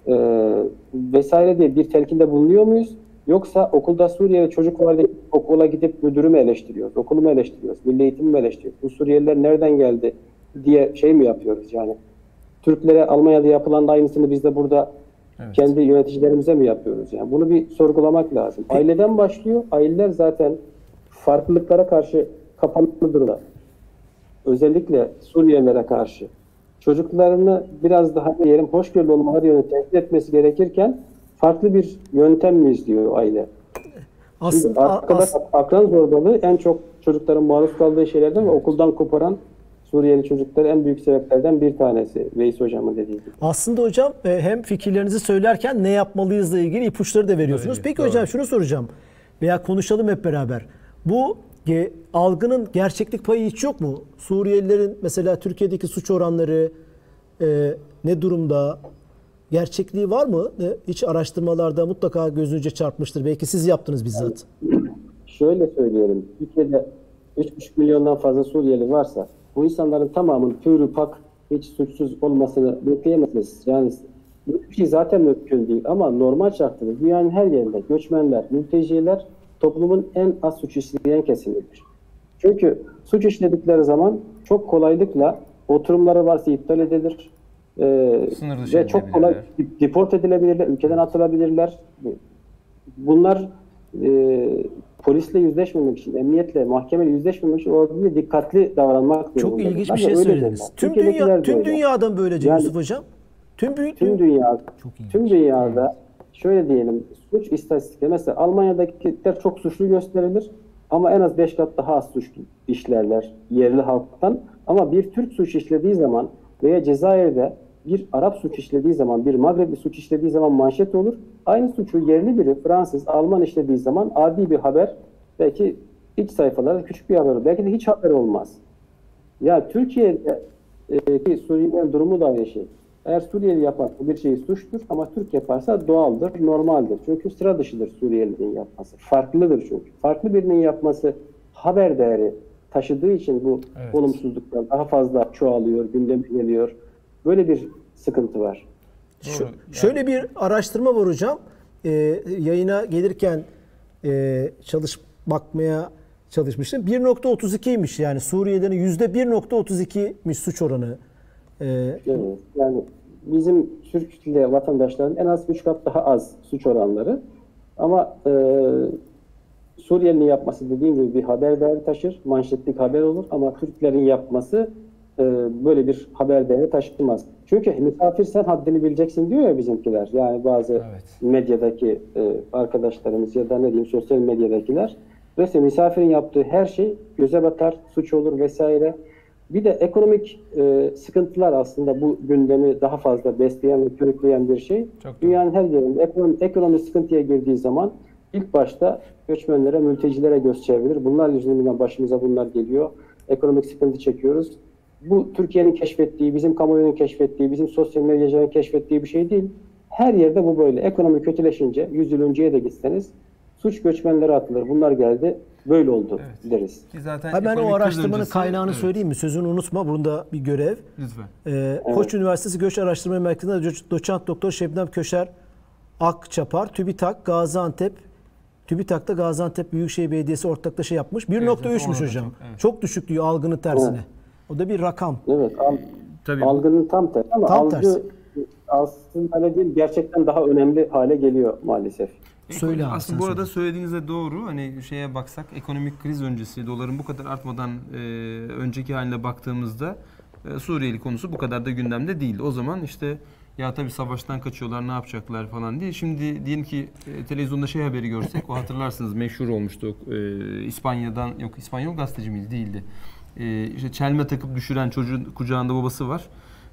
e, vesaire diye bir telkinde bulunuyor muyuz? Yoksa okulda Suriyeli çocuk var diye okula gidip müdürü mü eleştiriyoruz, okulu mu eleştiriyoruz, milli eğitimi mi eleştiriyoruz? Bu Suriyeliler nereden geldi diye şey mi yapıyoruz yani? Türklere Almanya'da yapılan da aynısını biz de burada evet. kendi yöneticilerimize mi yapıyoruz? Yani bunu bir sorgulamak lazım. Aileden başlıyor. Aileler zaten farklılıklara karşı kapanıklı durumda. Özellikle Suriyelilere karşı. Çocuklarını biraz daha diyelim hoşgörülü olmaları yönünde tehdit etmesi gerekirken farklı bir yöntem mi izliyor aile? Aslında arkadaş as- akran zorbalığı en çok çocukların maruz kaldığı şeylerden ve okuldan koparan Suriyeli çocuklar en büyük sebeplerden bir tanesi. Veys Hocam'ın dediği gibi. Aslında hocam hem fikirlerinizi söylerken ne yapmalıyızla ilgili ipuçları da veriyorsunuz. Öyle, Peki doğru. Hocam şunu soracağım veya konuşalım hep beraber. Bu e, algının gerçeklik payı hiç yok mu? Suriyelilerin mesela Türkiye'deki suç oranları e, ne durumda? Gerçekliği var mı? E, hiç araştırmalarda mutlaka gözünüze çarpmıştır. Belki siz yaptınız bizzat. Yani, şöyle söyleyelim. Türkiye'de üç buçuk milyondan fazla Suriyeli varsa bu insanların tamamının pürü pak hiç suçsuz olmasını bekleyemezsiniz. Yani bir şey zaten mümkün değil ama normal şartlarda dünyanın her yerinde göçmenler, mülteciler toplumun en az suç işleyen kesimidir. Çünkü suç işledikleri zaman çok kolaylıkla oturumları varsa iptal edilir. Ee, ve çok kolay deport edilebilirler, ülkeden atılabilirler. Bunlar e, polisle yüzleşmemek için, emniyetle, mahkemeyle yüzleşmemek için orada dikkatli davranmak çok ilginç bir şey söylediniz. Tüm dünya, tüm dünyadan böylece yani, Yusuf Hocam. Tüm tüm dünya, tüm dünyada şöyle diyelim, suç istatistikleri mesela Almanya'dakiler çok suçlu gösterilir ama en az beş kat daha az suç işlerler yerli halktan. Ama bir Türk suç işlediği zaman veya Cezayir'de bir Arap suç işlediği zaman, bir Magrebli suç işlediği zaman manşet olur. Aynı suçu yerli biri Fransız, Alman işlediği zaman adi bir haber, belki iç sayfalarda küçük bir haber olur. Belki de hiç haber olmaz. Ya Türkiye'deki Suriyelilerin durumu da aynı şey. Eğer Suriyeli yaparsa bir şey suçtur ama Türk yaparsa doğaldır, normaldir. Çünkü sıra dışıdır Suriyelilerin yapması. Farklıdır çünkü. Farklı birinin yapması haber değeri taşıdığı için bu evet. olumsuzluklar daha fazla çoğalıyor, gündeme geliyor. Böyle bir sıkıntı var. Şu, yani. Şöyle bir araştırma var hocam. Ee, yayına gelirken e, çalış bakmaya çalışmıştım. bir nokta otuz ikiymiş yani Suriyelilerin yüzde bir nokta otuz ikiymiş suç oranı. Ee, evet, yani bizim Türk'le vatandaşların en az üç kat daha az suç oranları. Ama e, Suriyeli'nin yapması dediğim gibi bir haber değeri taşır. Manşetlik haber olur ama Türklerin yapması e, böyle bir haber değeri taşımaz. Çünkü misafir sen haddini bileceksin diyor ya bizimkiler. Yani bazı evet. medyadaki e, arkadaşlarımız ya da ne diyeyim sosyal medyadakiler. Mesela misafirin yaptığı her şey göze batar, suç olur vesaire. Bir de ekonomik e, sıkıntılar aslında bu gündemi daha fazla besleyen ve körükleyen bir şey. Çok Dünyanın doğru. her yerinde ekonomi, ekonomi sıkıntıya girdiği zaman ilk başta göçmenlere, mültecilere göz çevrilir. Bunlar yüzünden başımıza bunlar geliyor. Ekonomik sıkıntı çekiyoruz. Bu Türkiye'nin keşfettiği, bizim kamuoyunun keşfettiği, bizim sosyal medyacıların keşfettiği bir şey değil. Her yerde bu böyle. Ekonomi kötüleşince, yüz yıl önceye de gitseniz suç göçmenlere atılır. Bunlar geldi. Böyle oldu evet. deriz. Ki zaten ha ben o araştırmanın öncesi, kaynağını evet. söyleyeyim mi? Sözünü unutma. Bunda bir görev. Lütfen. Ee, evet. Koç Üniversitesi Göç Araştırma Merkezi'nde doçent doktor Şebnem Köşer Akçapar, TÜBİTAK, Gaziantep, TÜBİTAK'ta Gaziantep Büyükşehir Belediyesi ortaklaşa yapmış. bir nokta üçmüş evet, hocam. Çok, evet. çok düşük diyor algının tersine. Evet. O da bir rakam. Evet. Al, Tabii. Algının tam tersi ama tam algı tersi. Aslında ne diyeyim gerçekten daha önemli hale geliyor maalesef. Söyle abi, aslında bu arada söyle. Söylediğiniz de doğru. Hani şeye baksak ekonomik kriz öncesi doların bu kadar artmadan e, önceki haline baktığımızda e, Suriyeli konusu bu kadar da gündemde değil. O zaman işte ya tabii savaştan kaçıyorlar ne yapacaklar falan diye. Şimdi diyelim ki e, televizyonda şey haberi görsek o hatırlarsınız meşhur olmuştu. E, İspanya'dan yok İspanyol gazeteci miydi? Değildi. E, işte çelme takıp düşüren çocuğun kucağında babası var.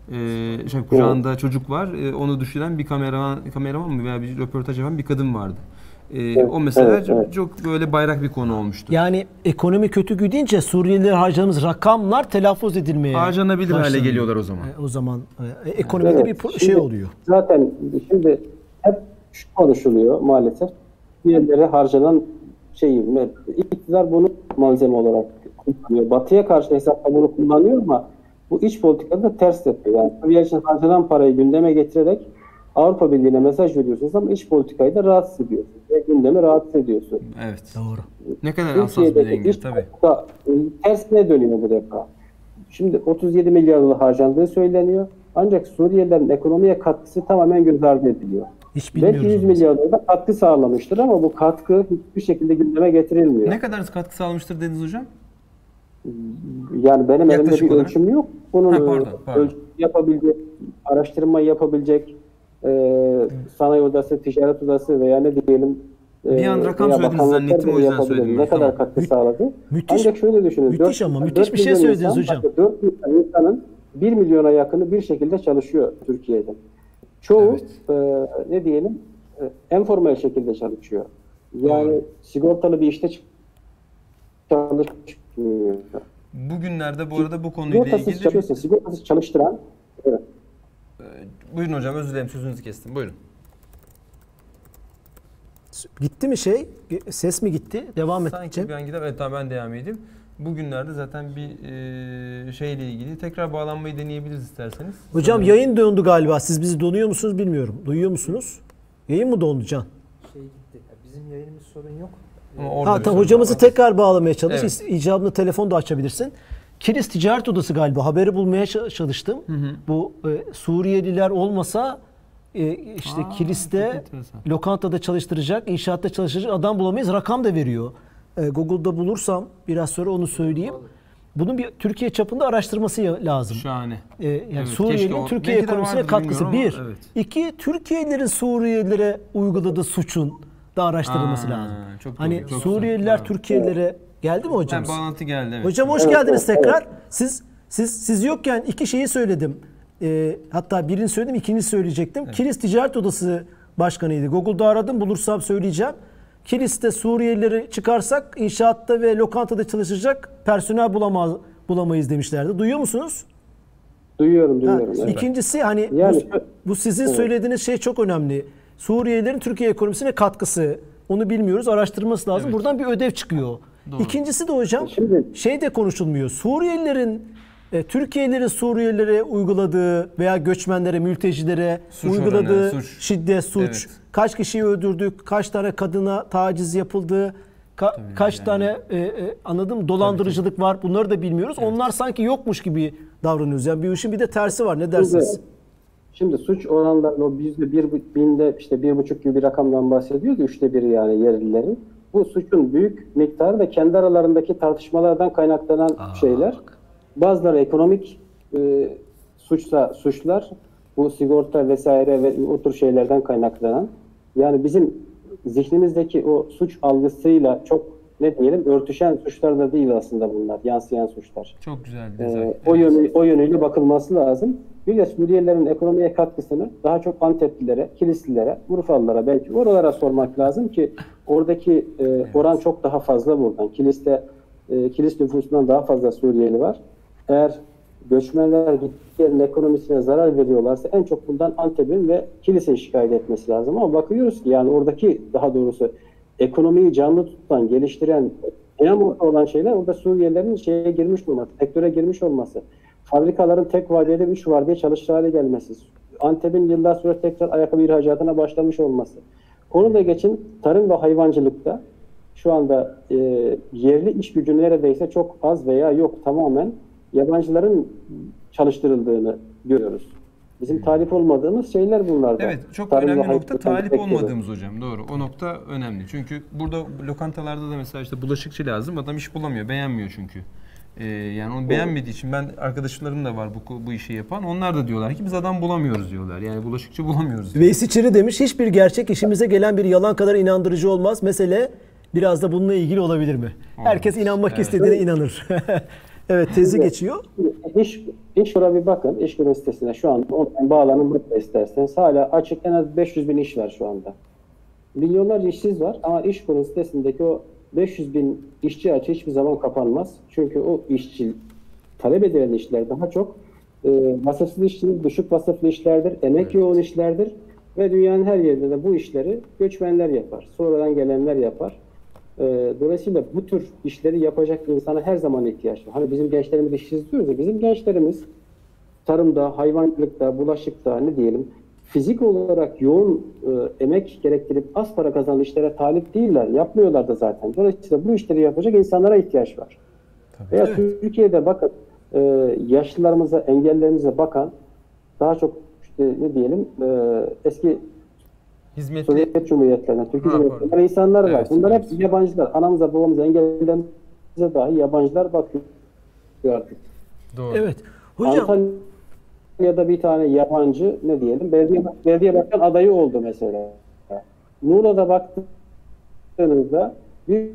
Ee, şey, kucağında evet. çocuk var. Ee, onu düşüren bir kameraman, kameraman mı veya bir röportaj yapan bir kadın vardı. Ee, evet, o mesela evet, çok, evet. çok böyle bayrak bir konu olmuştu. Yani ekonomi kötü gidince Suriyeliler harcadığımız rakamlar telaffuz edilmeye harcanabilir hale geliyorlar o zaman. E, o zaman e, ekonomide evet, bir şimdi, şey oluyor. Zaten şimdi hep şu konuşuluyor maalesef. Suriyelilere harcanan şeyi, iktidar bunu malzeme olarak kullanıyor. Batı'ya karşı hesapta bunu kullanıyor ama bu iç politikada da ters yapıyor. Yani Suriye için harcanan parayı gündeme getirerek Avrupa Birliği'ne mesaj veriyorsunuz ama iç politikayı da rahatsız ediyorsunuz. Ve gündemi rahatsız ediyorsunuz. Evet. Doğru. Ne kadar hassas bir Türkiye'deki denge iç tabii. politika e, tersine dönüyor bu defa. Şimdi otuz yedi milyar dolar harcandığı söyleniyor. Ancak Suriyelilerin ekonomiye katkısı tamamen göz ardı ediliyor. Hiç bilmiyoruz. Belki yüz onu. milyar dolar da katkı sağlamıştır ama bu katkı hiçbir şekilde gündeme getirilmiyor. Ne kadar katkı sağlamıştır dediniz hocam? Yani benim elimde Yaklaşık bir olarak. ölçüm yok. Bunun Ha, pardon, pardon. ölçüm yapabilecek, araştırma yapabilecek e, sanayi odası, ticaret odası veya ne diyelim e, Bir an rakam veya söylediniz bakanlıklar zannettim, bunu o yüzden yapabilir. söyledim Ne ben. kadar Tamam. katkı Mü- sağladı? müthiş- Ancak şöyle düşünün. müthiş dört- ama müthiş dört bir şey milyon söylediniz insan, hocam. bakın dört milyon insanın bir milyona yakını bir şekilde çalışıyor Türkiye'de. Çoğu e, ne diyelim e, informal şekilde çalışıyor. Yani Doğru. sigortalı bir işte çalışmıyor. Bugünlerde bu arada bu konuyla Sigortasız ilgili... çalışıyorsa, sigortasız çalıştıran evet. Ee, Buyurun hocam, özür dilerim, sözünüzü kestim. Buyurun. Gitti mi şey? Ses mi gitti? Devam Sanki edeceğim. ben gidelim. Evet, tamam, ben devam edeyim. Bugünlerde zaten bir e, şeyle ilgili tekrar bağlanmayı deneyebiliriz isterseniz. Hocam Sanırım- yayın dondu galiba. Siz bizi donuyor musunuz bilmiyorum. Duyuyor musunuz? Yayın mı dondu Can? Şey gitti. Ya bizim yayınımız sorun yok. Ama orada Ha bir tamam, sorun hocamızı var. tekrar bağlamaya çalış. Evet. İcabında telefon da açabilirsin. Kilis Ticaret Odası galiba, haberi bulmaya ça- çalıştım. Bu e, Suriyeliler olmasa e, işte Aa, Kilis'te çok enteresan. lokantada çalıştıracak, inşaatta çalıştıracak adam bulamayız. Rakam da veriyor. E, Google'da bulursam biraz sonra onu söyleyeyim. Bunun bir Türkiye çapında araştırması ya- lazım. Şahane. Ee, yani Evet, keşke Suriyelilerin o- Türkiye belki de ekonomisine vardır, katkısı bir. bilmiyorum ama evet. İki, Türkiye'lilerin Suriyelilere uyguladığı suçun da araştırılması Aa, lazım. çok Hani doğru, çok Suriyeliler güzel. Türkiye'lilere geldi mi hocam? Ben bağlantı geldi, evet. Hocam hoş Evet, geldiniz evet, tekrar. Siz siz siz yokken iki şeyi söyledim. Ee, hatta birini söyledim, ikincisi söyleyecektim. Kilis Ticaret Odası Başkanıydı. Google'da aradım, bulursam söyleyeceğim. Kilis'te Suriyelileri çıkarsak inşaatta ve lokantada çalışacak personel bulamaz, bulamayız demişlerdi. Duyuyor musunuz? Duyuyorum, Ha, duyuyorum. evet. İkincisi hani Yani bu, bu sizin söylediğiniz şey çok önemli. Suriyelilerin Türkiye ekonomisine katkısı. Onu bilmiyoruz. Araştırması lazım. Evet. Buradan bir ödev çıkıyor. Doğru. İkincisi de hocam Şimdi- şey de konuşulmuyor. Suriyelilerin e, Türkiye'lilerin Suriyelilere uyguladığı veya göçmenlere, mültecilere Suç uyguladığı oranı, suç. şiddet, suç, Evet. kaç kişiyi öldürdük, kaç tane kadına taciz yapıldı, ka- kaç yani. tane e, e, anladın mı? Dolandırıcılık var. Bunları da bilmiyoruz. Onlar sanki yokmuş gibi davranıyoruz. Yani bir işin bir de tersi var. Ne dersiniz? Şimdi, şimdi suç oranları o yüzde bir binde işte bir buçuk gibi bir rakamdan bahsediyoruz. Üçte biri yani yerlilerin. Bu suçun büyük miktarı da kendi aralarındaki tartışmalardan kaynaklanan şeyler. Bazıları ekonomik e, suçsa suçlar, bu sigorta vesaire ve o tür şeylerden kaynaklanan. Yani bizim zihnimizdeki o suç algısıyla çok ne diyelim örtüşen suçlar da değil aslında bunlar, yansıyan suçlar. Çok güzel. Ee, güzel. o, Evet. yönü, o yönüyle bakılması lazım. Bir de Suriyelilerin ekonomiye katkısını daha çok Anteplilere, Kilislilere, Urfalılara belki oralara sormak lazım ki oradaki e, oran çok daha fazla buradan. Kilis'te e, Kilis nüfusundan daha fazla Suriyeli var. Eğer göçmenler gittiklerinin ekonomisine zarar veriyorlarsa en çok bundan Antep'in ve Kilis'in şikayet etmesi lazım. Ama bakıyoruz ki yani oradaki daha doğrusu ekonomiyi canlı tutan, geliştiren, en orta olan şeyler orada Suriyelilerin şeye girmiş olması, sektöre girmiş olması. Fabrikaların tek vadede üç vardiya çalışır hale gelmesi. Antep'in yıllar sonra tekrar ayakkabı ihracatına başlamış olması. Onu da geçin, tarım ve hayvancılıkta şu anda e, yerli iş gücü neredeyse çok az veya yok, tamamen yabancıların çalıştırıldığını görüyoruz. Bizim talip olmadığımız şeyler bunlar da. Evet, çok Tarım ve önemli nokta hayvancılık talip sektörü. olmadığımız hocam, doğru. O nokta önemli. Çünkü burada lokantalarda da mesela işte bulaşıkçı lazım. Adam iş bulamıyor, beğenmiyor çünkü. Ee, yani onu beğenmediği için, ben arkadaşlarım da var bu bu işi yapan. Onlar da diyorlar ki biz adam bulamıyoruz diyorlar. Yani bulaşıkçı bulamıyoruz. Veysi Çiri demiş, hiçbir gerçek işimize gelen bir yalan kadar inandırıcı olmaz. Mesele biraz da bununla ilgili olabilir mi? Herkes inanmak Evet. istediğine inanır. Evet, tezi geçiyor. İş, iş bura bir bakın, iş günü sitesine şu anda online bağlanın bakın isterseniz. Hala açık en az beş yüz bin iş var şu anda. Milyonlarca işsiz var ama iş günü sitesindeki o beş yüz bin işçi açığı hiçbir zaman kapanmaz. Çünkü o işçi talep edilen işler daha çok e, vasıfsız işçilik, düşük vasıflı işlerdir, emek Evet. yoğun işlerdir ve dünyanın her yerinde de bu işleri göçmenler yapar. Sonradan gelenler yapar. E, dolayısıyla bu tür işleri yapacak insana her zaman ihtiyaç var. Hani bizim gençlerimiz işsiz diyoruz ya, bizim gençlerimiz tarımda, hayvancılıkta, bulaşıkta ne diyelim fizik olarak yoğun e, emek gerektirip az para kazanan işlere talip değiller. Yapmıyorlar da zaten. Dolayısıyla bu işleri yapacak insanlara ihtiyaç var. Tabii. Veya Evet. Türkiye'de bakın e, yaşlılarımıza, engellerimize bakan daha çok işte ne diyelim e, eski Hizmetli. Sovyet Cumhuriyetlerine, Türkiye Ha, Cumhuriyetlerine insanlar var. Evet, Bunlar evet. hep yabancılar. Anamıza, babamıza, engellerimize dahi yabancılar bakıyor artık. Doğru. Evet. Hocam Antalya'da bir tane yabancı ne diyelim belediye, belediye başkan adayı oldu mesela. Muğla'da baktığınızda bir-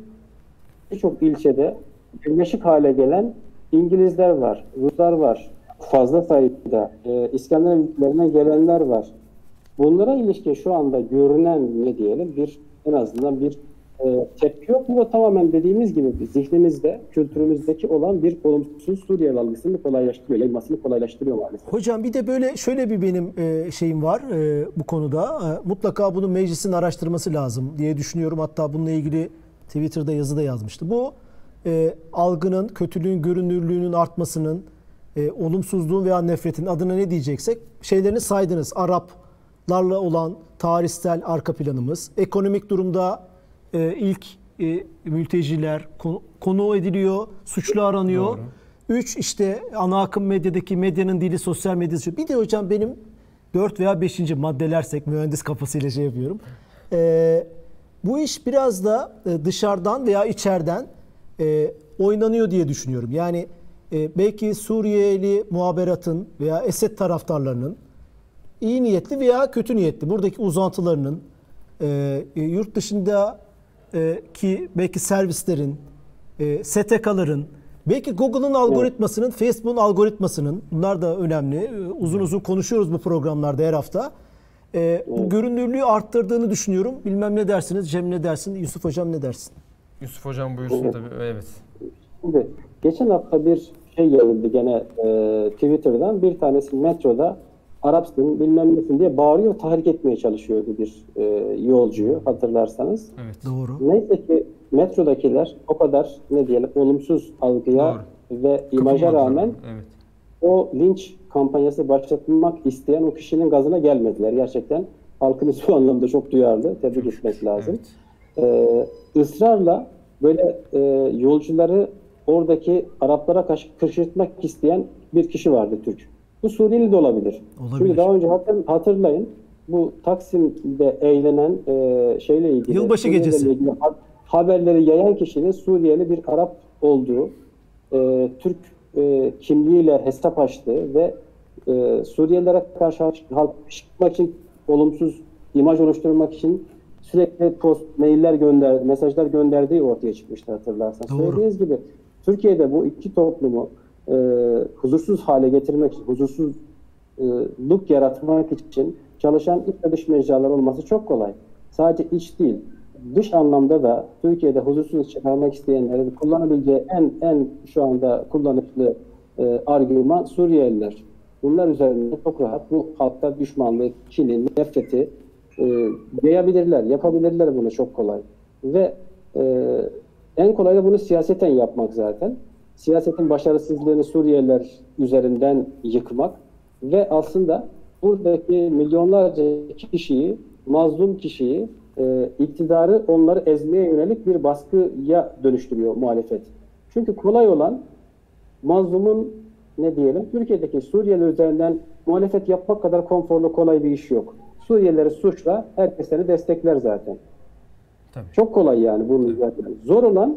birçok ilçede birleşik hale gelen İngilizler var, Ruslar var. Fazla sayıda e, İskandinav ülkelerinden gelenler var. Bunlara ilişkin şu anda görünen ne diyelim bir en azından bir e, tepki yok. Bu da tamamen dediğimiz gibi zihnimizde, kültürümüzdeki olan bir olumsuz Suriyeli algısını kolaylaştırıyor, yayılmasını kolaylaştırıyor maalesef. hocam bir de böyle şöyle bir benim e, şeyim var e, bu konuda. E, mutlaka bunu meclisin araştırması lazım diye düşünüyorum. Hatta bununla ilgili Twitter'da yazı da yazmıştı. Bu e, algının, kötülüğün, görünürlüğünün artmasının, e, olumsuzluğun veya nefretin adına ne diyeceksek şeylerini saydınız. Araplarla olan tarihsel arka planımız, ekonomik durumda e, ilk e, mülteciler konu, konu ediliyor, suçlu aranıyor. Doğru. Üç işte ana akım medyadaki medyanın dili, sosyal medyası. Bir de hocam benim dört veya beşinci maddelersek mühendis kafasıyla şey yapıyorum. Ee, bu iş biraz da e, dışarıdan veya içeriden e, oynanıyor diye düşünüyorum. Yani e, belki Suriyeli muhaberatın veya Esed taraftarlarının iyi niyetli veya kötü niyetli buradaki uzantılarının e, e, yurt dışında e, ki belki servislerin, e, S T K'ların, belki Google'ın algoritmasının, Facebook'un algoritmasının, bunlar da önemli. E, uzun uzun konuşuyoruz bu programlarda her hafta. E, bu görünürlüğü arttırdığını düşünüyorum. Bilmem ne dersiniz, Cem ne dersin, Yusuf Hocam ne dersin? Yusuf Hocam buyursun Evet. tabii. Evet. Şimdi geçen hafta bir şey yayıldı gene e, Twitter'dan bir tanesi metroda Arapsın bilmem nesin diye bağırıyor, tahrik etmeye çalışıyordu bir e, yolcuyu hatırlarsanız. Evet. Doğru. Neyse ki metrodakiler o kadar ne diyelim olumsuz algıya ve imaja Kapılmadılar. rağmen Evet. o linç kampanyası başlatmak isteyen o kişinin gazına gelmediler. Gerçekten halkımız bu anlamda çok duyarlı. Tebrik etmek lazım. Evet. Ee, ısrarla böyle e, yolcuları oradaki Araplara karşı kışkırtmak isteyen bir kişi vardı Türk. Bu Suriyeli de olabilir. Olabilir. Çünkü daha önce hatır, hatırlayın bu Taksim'de eğlenen e, şeyle ilgili Yılbaşı Suriyelilerle gecesi. ilgili ha- haberleri yayan kişinin Suriyeli bir Arap olduğu, e, Türk e, kimliğiyle hesap açtığı ve e, Suriyelilere karşı halk çıkmak için olumsuz imaj oluşturmak için sürekli post, mailler gönder, mesajlar gönderdiği ortaya çıkmıştı hatırlarsanız. Doğru. Söylediğiniz gibi Türkiye'de bu iki toplumu e, huzursuz hale getirmek için, huzursuzluk yaratmak için çalışan iç ve dış mecralar olması çok kolay. Sadece iç değil, dış anlamda da Türkiye'de huzursuzluk çıkarmak isteyenlerin kullanabileceği en en şu anda kullanışlı e, argüman Suriyeliler. Bunlar üzerinde çok rahat bu halkta düşmanlığı, kini, nefreti e, yayabilirler, yapabilirler bunu çok kolay. Ve e, en kolay da bunu siyaseten yapmak zaten. Siyasetin başarısızlığını Suriyeliler üzerinden yıkmak ve aslında buradaki milyonlarca kişiyi, mazlum kişiyi, e, iktidarı onları ezmeye yönelik bir baskıya dönüştürüyor muhalefet. Çünkü kolay olan mazlumun ne diyelim Türkiye'deki Suriyeliler üzerinden muhalefet yapmak kadar konforlu kolay bir iş yok. Suriyelileri suçla herkes seni destekler zaten. Tabii. Çok kolay yani bunu üzerinden. Zor olan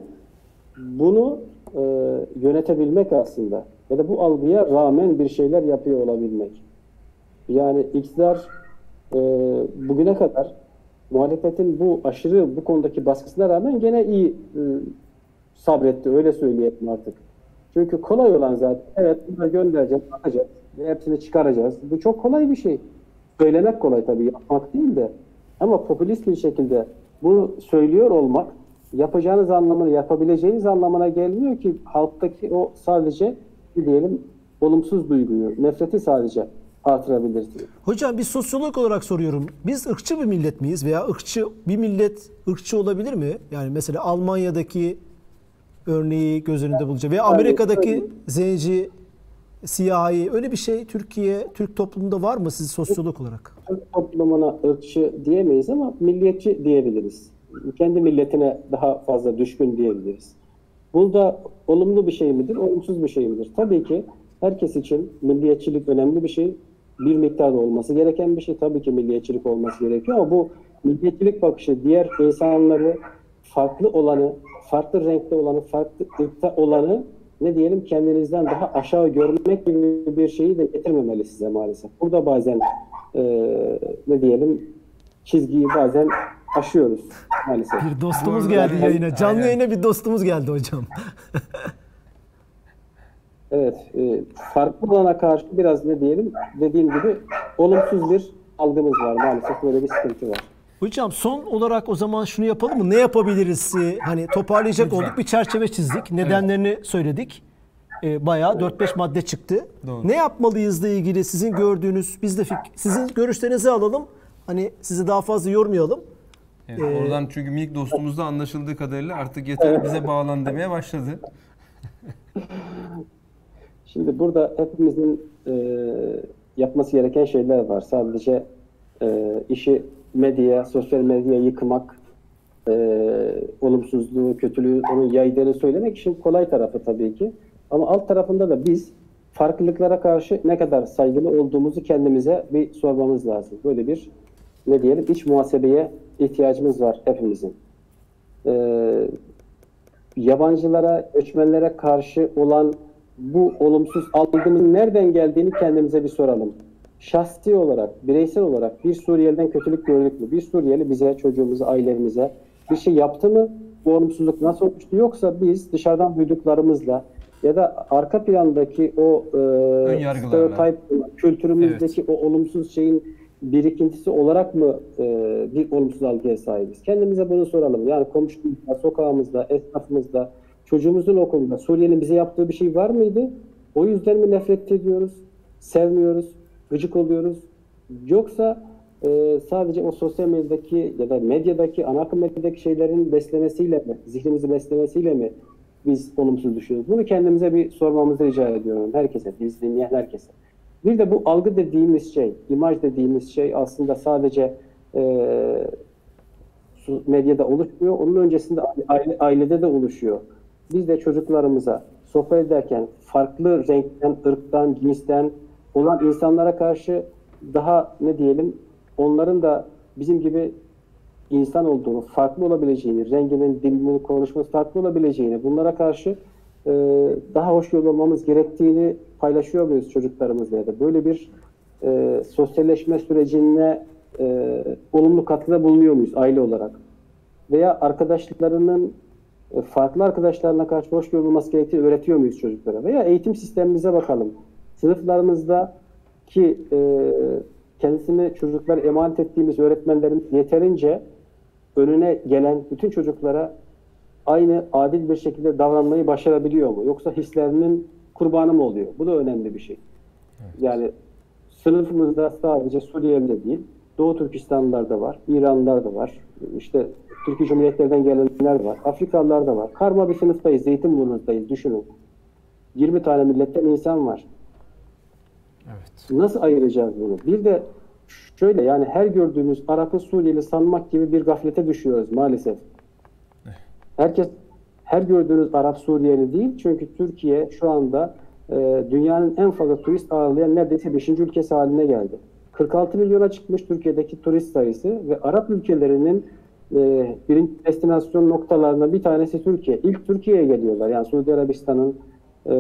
bunu e, yönetebilmek aslında. Ya da bu algıya rağmen bir şeyler yapıyor olabilmek. Yani iktidar e, bugüne kadar muhalefetin bu aşırı bu konudaki baskısına rağmen gene iyi e, sabretti. Öyle söyleyelim artık. Çünkü kolay olan zaten evet bunları göndereceğiz, atacağız ve hepsini çıkaracağız. Bu çok kolay bir şey. Söylemek kolay tabii, yapmak değil de. Ama popülist bir şekilde bunu söylüyor olmak yapacağınız anlamına, yapabileceğiniz anlamına gelmiyor ki halktaki o sadece diyelim olumsuz duyguyu, nefreti sadece artırabilirsiniz. Hocam bir sosyolog olarak soruyorum. Biz ırkçı bir millet miyiz veya ırkçı bir millet ırkçı olabilir mi? Yani mesela Almanya'daki örneği göz önünde bulunca veya Amerika'daki zenci siyahi öyle bir şey Türkiye, Türk toplumunda var mı siz sosyolog olarak? Türk toplumuna ırkçı diyemeyiz ama milliyetçi diyebiliriz. Kendi milletine daha fazla düşkün diyebiliriz. Bu da olumlu bir şey midir, olumsuz bir şey midir? Tabii ki herkes için milliyetçilik önemli bir şey. Bir miktarda olması gereken bir şey. Tabii ki milliyetçilik olması gerekiyor ama bu milliyetçilik bakışı diğer insanları, farklı olanı, farklı renkte olanı, farklı ırkta olanı ne diyelim kendinizden daha aşağı görmek gibi bir şeyi de getirmemeli size maalesef. Burada bazen e, ne diyelim çizgiyi bazen aşıyoruz maalesef. Bir dostumuz Doğru, geldi evet. yayına. Canlı Aynen. yayına bir dostumuz geldi hocam. Evet, e, farklı olana karşı biraz ne diyelim dediğim gibi olumsuz bir algımız var maalesef, böyle bir sıkıntı var. Hocam son olarak o zaman şunu yapalım mı? Ne yapabiliriz? Ee, Hani toparlayacak Lütfen. olduk, bir çerçeve çizdik. Nedenlerini söyledik. Ee, bayağı dört beş madde çıktı. Doğru. Ne yapmalıyızla ilgili sizin gördüğünüz, biz de fik- sizin görüşlerinizi alalım. Hani sizi daha fazla yormayalım. Evet, oradan çünkü minik dostumuz da anlaşıldığı kadarıyla artık yeter bize bağlan demeye başladı. Şimdi burada hepimizin e, yapması gereken şeyler var. Sadece e, işi medyaya, sosyal medyaya yıkmak, e, olumsuzluğu, kötülüğü onun yaydığını söylemek işin kolay tarafı tabii ki. Ama alt tarafında da biz farklılıklara karşı ne kadar saygılı olduğumuzu kendimize bir sormamız lazım. Böyle bir ne diyelim iç muhasebeye ihtiyacımız var hepimizin. E, yabancılara, göçmenlere karşı olan bu olumsuz algının nereden geldiğini kendimize bir soralım. Şahsi olarak, bireysel olarak bir Suriyeli'den kötülük gördük mü? Bir Suriyeli bize, çocuğumuza, ailemize bir şey yaptı mı? Bu olumsuzluk nasıl oluştu? Yoksa biz dışarıdan duyduklarımızla ya da arka plandaki o e, stereotip kültürümüzdeki o olumsuz şeyin birikintisi olarak mı e, bir olumsuz algıya sahibiz? Kendimize bunu soralım. Yani komşumuzda, sokağımızda, esnafımızda, çocuğumuzun okulunda Suriyeli'nin bize yaptığı bir şey var mıydı? O yüzden mi nefret ediyoruz, sevmiyoruz, gıcık oluyoruz? Yoksa e, sadece o sosyal medyadaki ya da medyadaki, ana akım medyadaki şeylerin beslemesiyle mi, zihnimizi beslemesiyle mi biz olumsuz düşünüyoruz? Bunu kendimize bir sormamızı rica ediyorum. Herkese, biz dinleyen herkese. Bir de bu algı dediğimiz şey, imaj dediğimiz şey aslında sadece e, medyada oluşmuyor. Onun öncesinde aile, ailede de oluşuyor. Biz de çocuklarımıza sohbet ederken farklı renkten, ırktan, cinsten olan insanlara karşı daha ne diyelim onların da bizim gibi insan olduğunu, farklı olabileceğini, renginin, dilinin, konuşması farklı olabileceğini, bunlara karşı e, daha hoş yol olmamız gerektiğini paylaşıyor muyuz çocuklarımızla ya da böyle bir e, sosyalleşme sürecine e, olumlu katkıda bulunuyor muyuz aile olarak? Veya arkadaşlarının farklı arkadaşlarına karşı hoş görülmesi gerektiğini öğretiyor muyuz çocuklara? Veya eğitim sistemimize bakalım. Sınıflarımızda ki e, kendisini çocuklara emanet ettiğimiz öğretmenlerimiz yeterince önüne gelen bütün çocuklara aynı adil bir şekilde davranmayı başarabiliyor mu? Yoksa hislerinin kurbanı mı oluyor? Bu da önemli bir şey. Evet. Yani sınıfımızda sadece Suriyeli değil, Doğu Türkistanlılar da var, İranlılar da var, işte Türkiye Cumhuriyetlerinden gelenler var, Afrikalılar da var. Karma bir sınıftayız, Zeytinburnu'ndayız, düşünün. yirmi tane milletten insan var. Evet. Nasıl ayıracağız bunu? Bir de şöyle, yani her gördüğümüz Arap'ı Suriyeli sanmak gibi bir gaflete düşüyoruz maalesef. Herkes, her gördüğünüz Arap Suriyeli değil. Çünkü Türkiye şu anda e, dünyanın en fazla turist ağırlayan neredeyse beşinci ülkesi haline geldi. kırk altı milyona çıkmış Türkiye'deki turist sayısı ve Arap ülkelerinin e, birinci destinasyon noktalarından bir tanesi Türkiye. İlk Türkiye'ye geliyorlar. Yani Suudi Arabistan'ın e,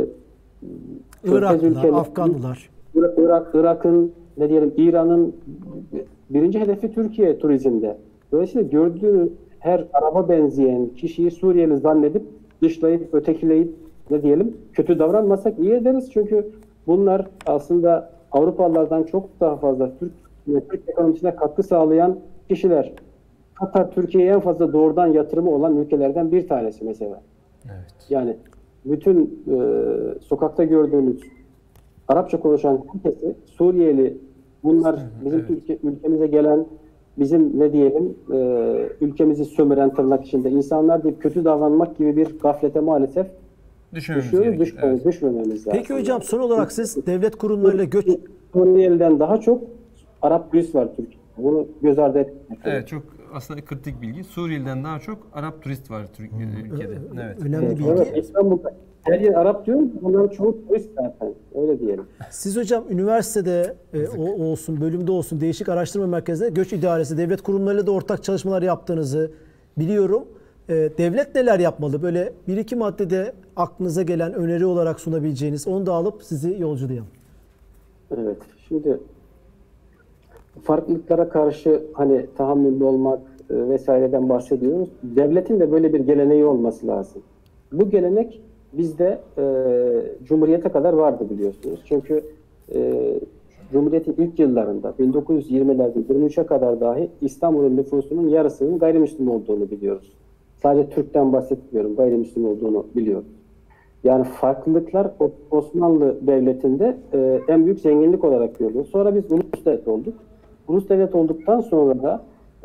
Iraklılar, ülkeleri, Afganlılar. Irak, Irak'ın, ne diyelim İran'ın birinci hedefi Türkiye turizmde. Dolayısıyla gördüğünüz her araba benzeyen kişiyi Suriyeli zannedip dışlayıp, ötekileyip ne diyelim kötü davranmasak iyi ederiz. Çünkü bunlar aslında Avrupalılardan çok daha fazla Türk, Türk ekonomisine katkı sağlayan kişiler. Hatta Türkiye'ye en fazla doğrudan yatırımı olan ülkelerden bir tanesi mesela. Evet. Yani bütün e, sokakta gördüğümüz Arapça konuşan herkesi Suriyeli, bunlar bizim evet. Türkiye, ülkemize gelen, bizim ne diyelim e, ülkemizi sömüren tırnak içinde insanlar deyip kötü davranmak gibi bir gaflete maalesef Düşmememiz düşüyoruz, gerekiyor. düşmemiz, Evet. düşmememiz lazım. Peki hocam son olarak siz devlet kurumlarıyla göç Suriyeli'den daha çok Arap turist var Türkiye'de. Bunu göz ardı etmek. Evet, çok aslında kritik bilgi. Suriyeli'den daha çok Arap turist var Türkiye ülkede. Evet. önemli Evet, bilgi. evet, İstanbul'da her yer Arap diyoruz. Bunların çoğu turist zaten. Öyle diyelim. Siz hocam üniversitede e, o, olsun, bölümde olsun, değişik araştırma merkezleri, göç idaresi, devlet kurumlarıyla da ortak çalışmalar yaptığınızı biliyorum. E, devlet neler yapmalı? Böyle bir iki maddede aklınıza gelen öneri olarak sunabileceğiniz, onu da alıp sizi yolculayalım. Evet. Şimdi farklılıklara karşı hani tahammüllü olmak e, vesaireden bahsediyoruz. Devletin de böyle bir geleneği olması lazım. Bu gelenek bizde e, Cumhuriyete kadar vardı biliyorsunuz. Çünkü e, Cumhuriyet'in ilk yıllarında bin dokuz yüz yirmilerde yirmi üçe kadar dahi İstanbul'un nüfusunun yarısının gayrimüslim olduğunu biliyoruz. Sadece Türk'ten bahsetmiyorum, gayrimüslim olduğunu biliyoruz. Yani farklılıklar Osmanlı Devleti'nde e, en büyük zenginlik olarak görülüyor. Sonra biz ulus devlet olduk. Ulus devlet olduktan sonra da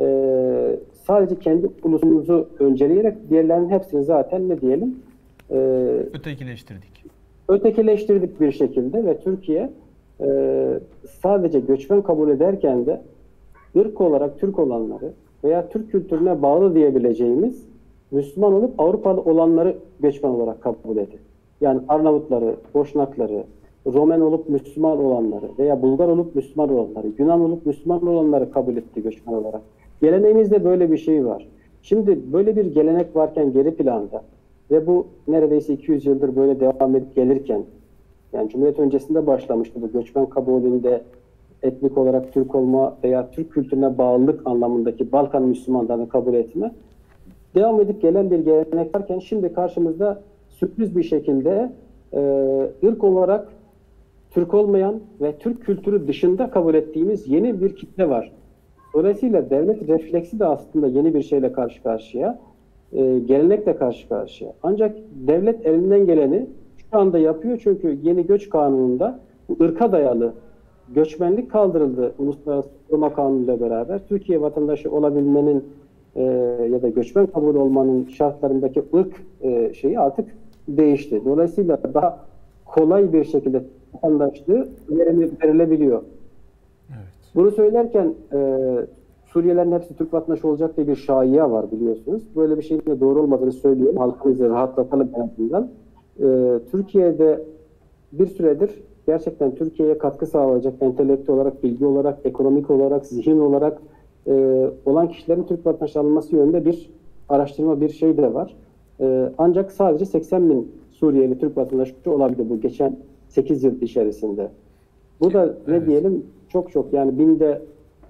e, sadece kendi ulusumuzu önceleyerek diğerlerinin hepsini zaten ne diyelim e, Ötekileştirdik. ötekileştirdik bir şekilde ve Türkiye e, sadece göçmen kabul ederken de ırk olarak Türk olanları veya Türk kültürüne bağlı diyebileceğimiz Müslüman olup Avrupalı olanları göçmen olarak kabul etti. Yani Arnavutları, Boşnakları, Romen olup Müslüman olanları veya Bulgar olup Müslüman olanları, Yunan olup Müslüman olanları kabul etti göçmen olarak. Geleneğimizde böyle bir şey var. Şimdi böyle bir gelenek varken geri planda ve bu neredeyse iki yüz yıldır böyle devam edip gelirken, yani Cumhuriyet öncesinde başlamıştı bu göçmen kabulünde etnik olarak Türk olma veya Türk kültürüne bağlılık anlamındaki Balkan Müslümanlarını kabul etme, devam edip gelen bir gelenek varken şimdi karşımızda sürpriz bir şekilde e, ırk olarak Türk olmayan ve Türk kültürü dışında kabul ettiğimiz yeni bir kitle var. Dolayısıyla devlet refleksi de aslında yeni bir şeyle karşı karşıya, e, gelenekle karşı karşıya. Ancak devlet elinden geleni şu anda yapıyor çünkü yeni göç kanununda bu ırka dayalı göçmenlik kaldırıldı Uluslararası Koruma Kanunu ile beraber. Türkiye vatandaşı olabilmenin e, ya da göçmen kabul olmanın şartlarındaki ırk e, şeyi artık değişti. Dolayısıyla daha kolay bir şekilde vatandaşlığı verilebiliyor. Evet. Bunu söylerken e, Suriyelilerin hepsi Türk vatandaşı olacak diye bir şaiya var biliyorsunuz. Böyle bir şeyin de doğru olmadığını söylüyorum. Halkımızı rahatlatalım en azından. E, Türkiye'de bir süredir gerçekten Türkiye'ye katkı sağlayacak entelektüel olarak, bilgi olarak, ekonomik olarak, zihin olarak e, olan kişilerin Türk vatandaşı alınması yönünde bir araştırma, bir şey de var. E, ancak sadece seksen bin Suriyeli Türk vatandaşı olabildi bu geçen sekiz yıl içerisinde. Bu da ne Evet. diyelim çok çok yani binde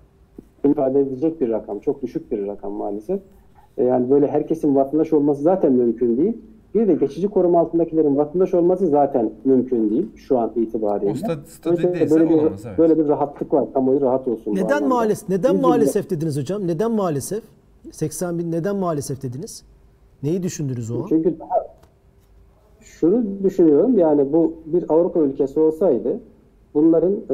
ifade edilecek bir rakam. Çok düşük bir rakam maalesef. E, yani böyle herkesin vatandaş olması zaten mümkün değil. Bir de geçici koruma altındakilerin vatandaş olması zaten mümkün değil şu an itibariyle. O stat- Dolayısıyla statüdeyse böyle bir, olamaz, evet. böyle bir rahatlık var. Kamuoyu rahat olsun. bu Neden anlamda. maalesef neden Bir maalesef dediniz hocam? Neden maalesef? seksen bin neden maalesef dediniz? Neyi düşündünüz o an? Çünkü daha şunu düşünüyorum yani bu bir Avrupa ülkesi olsaydı bunların e,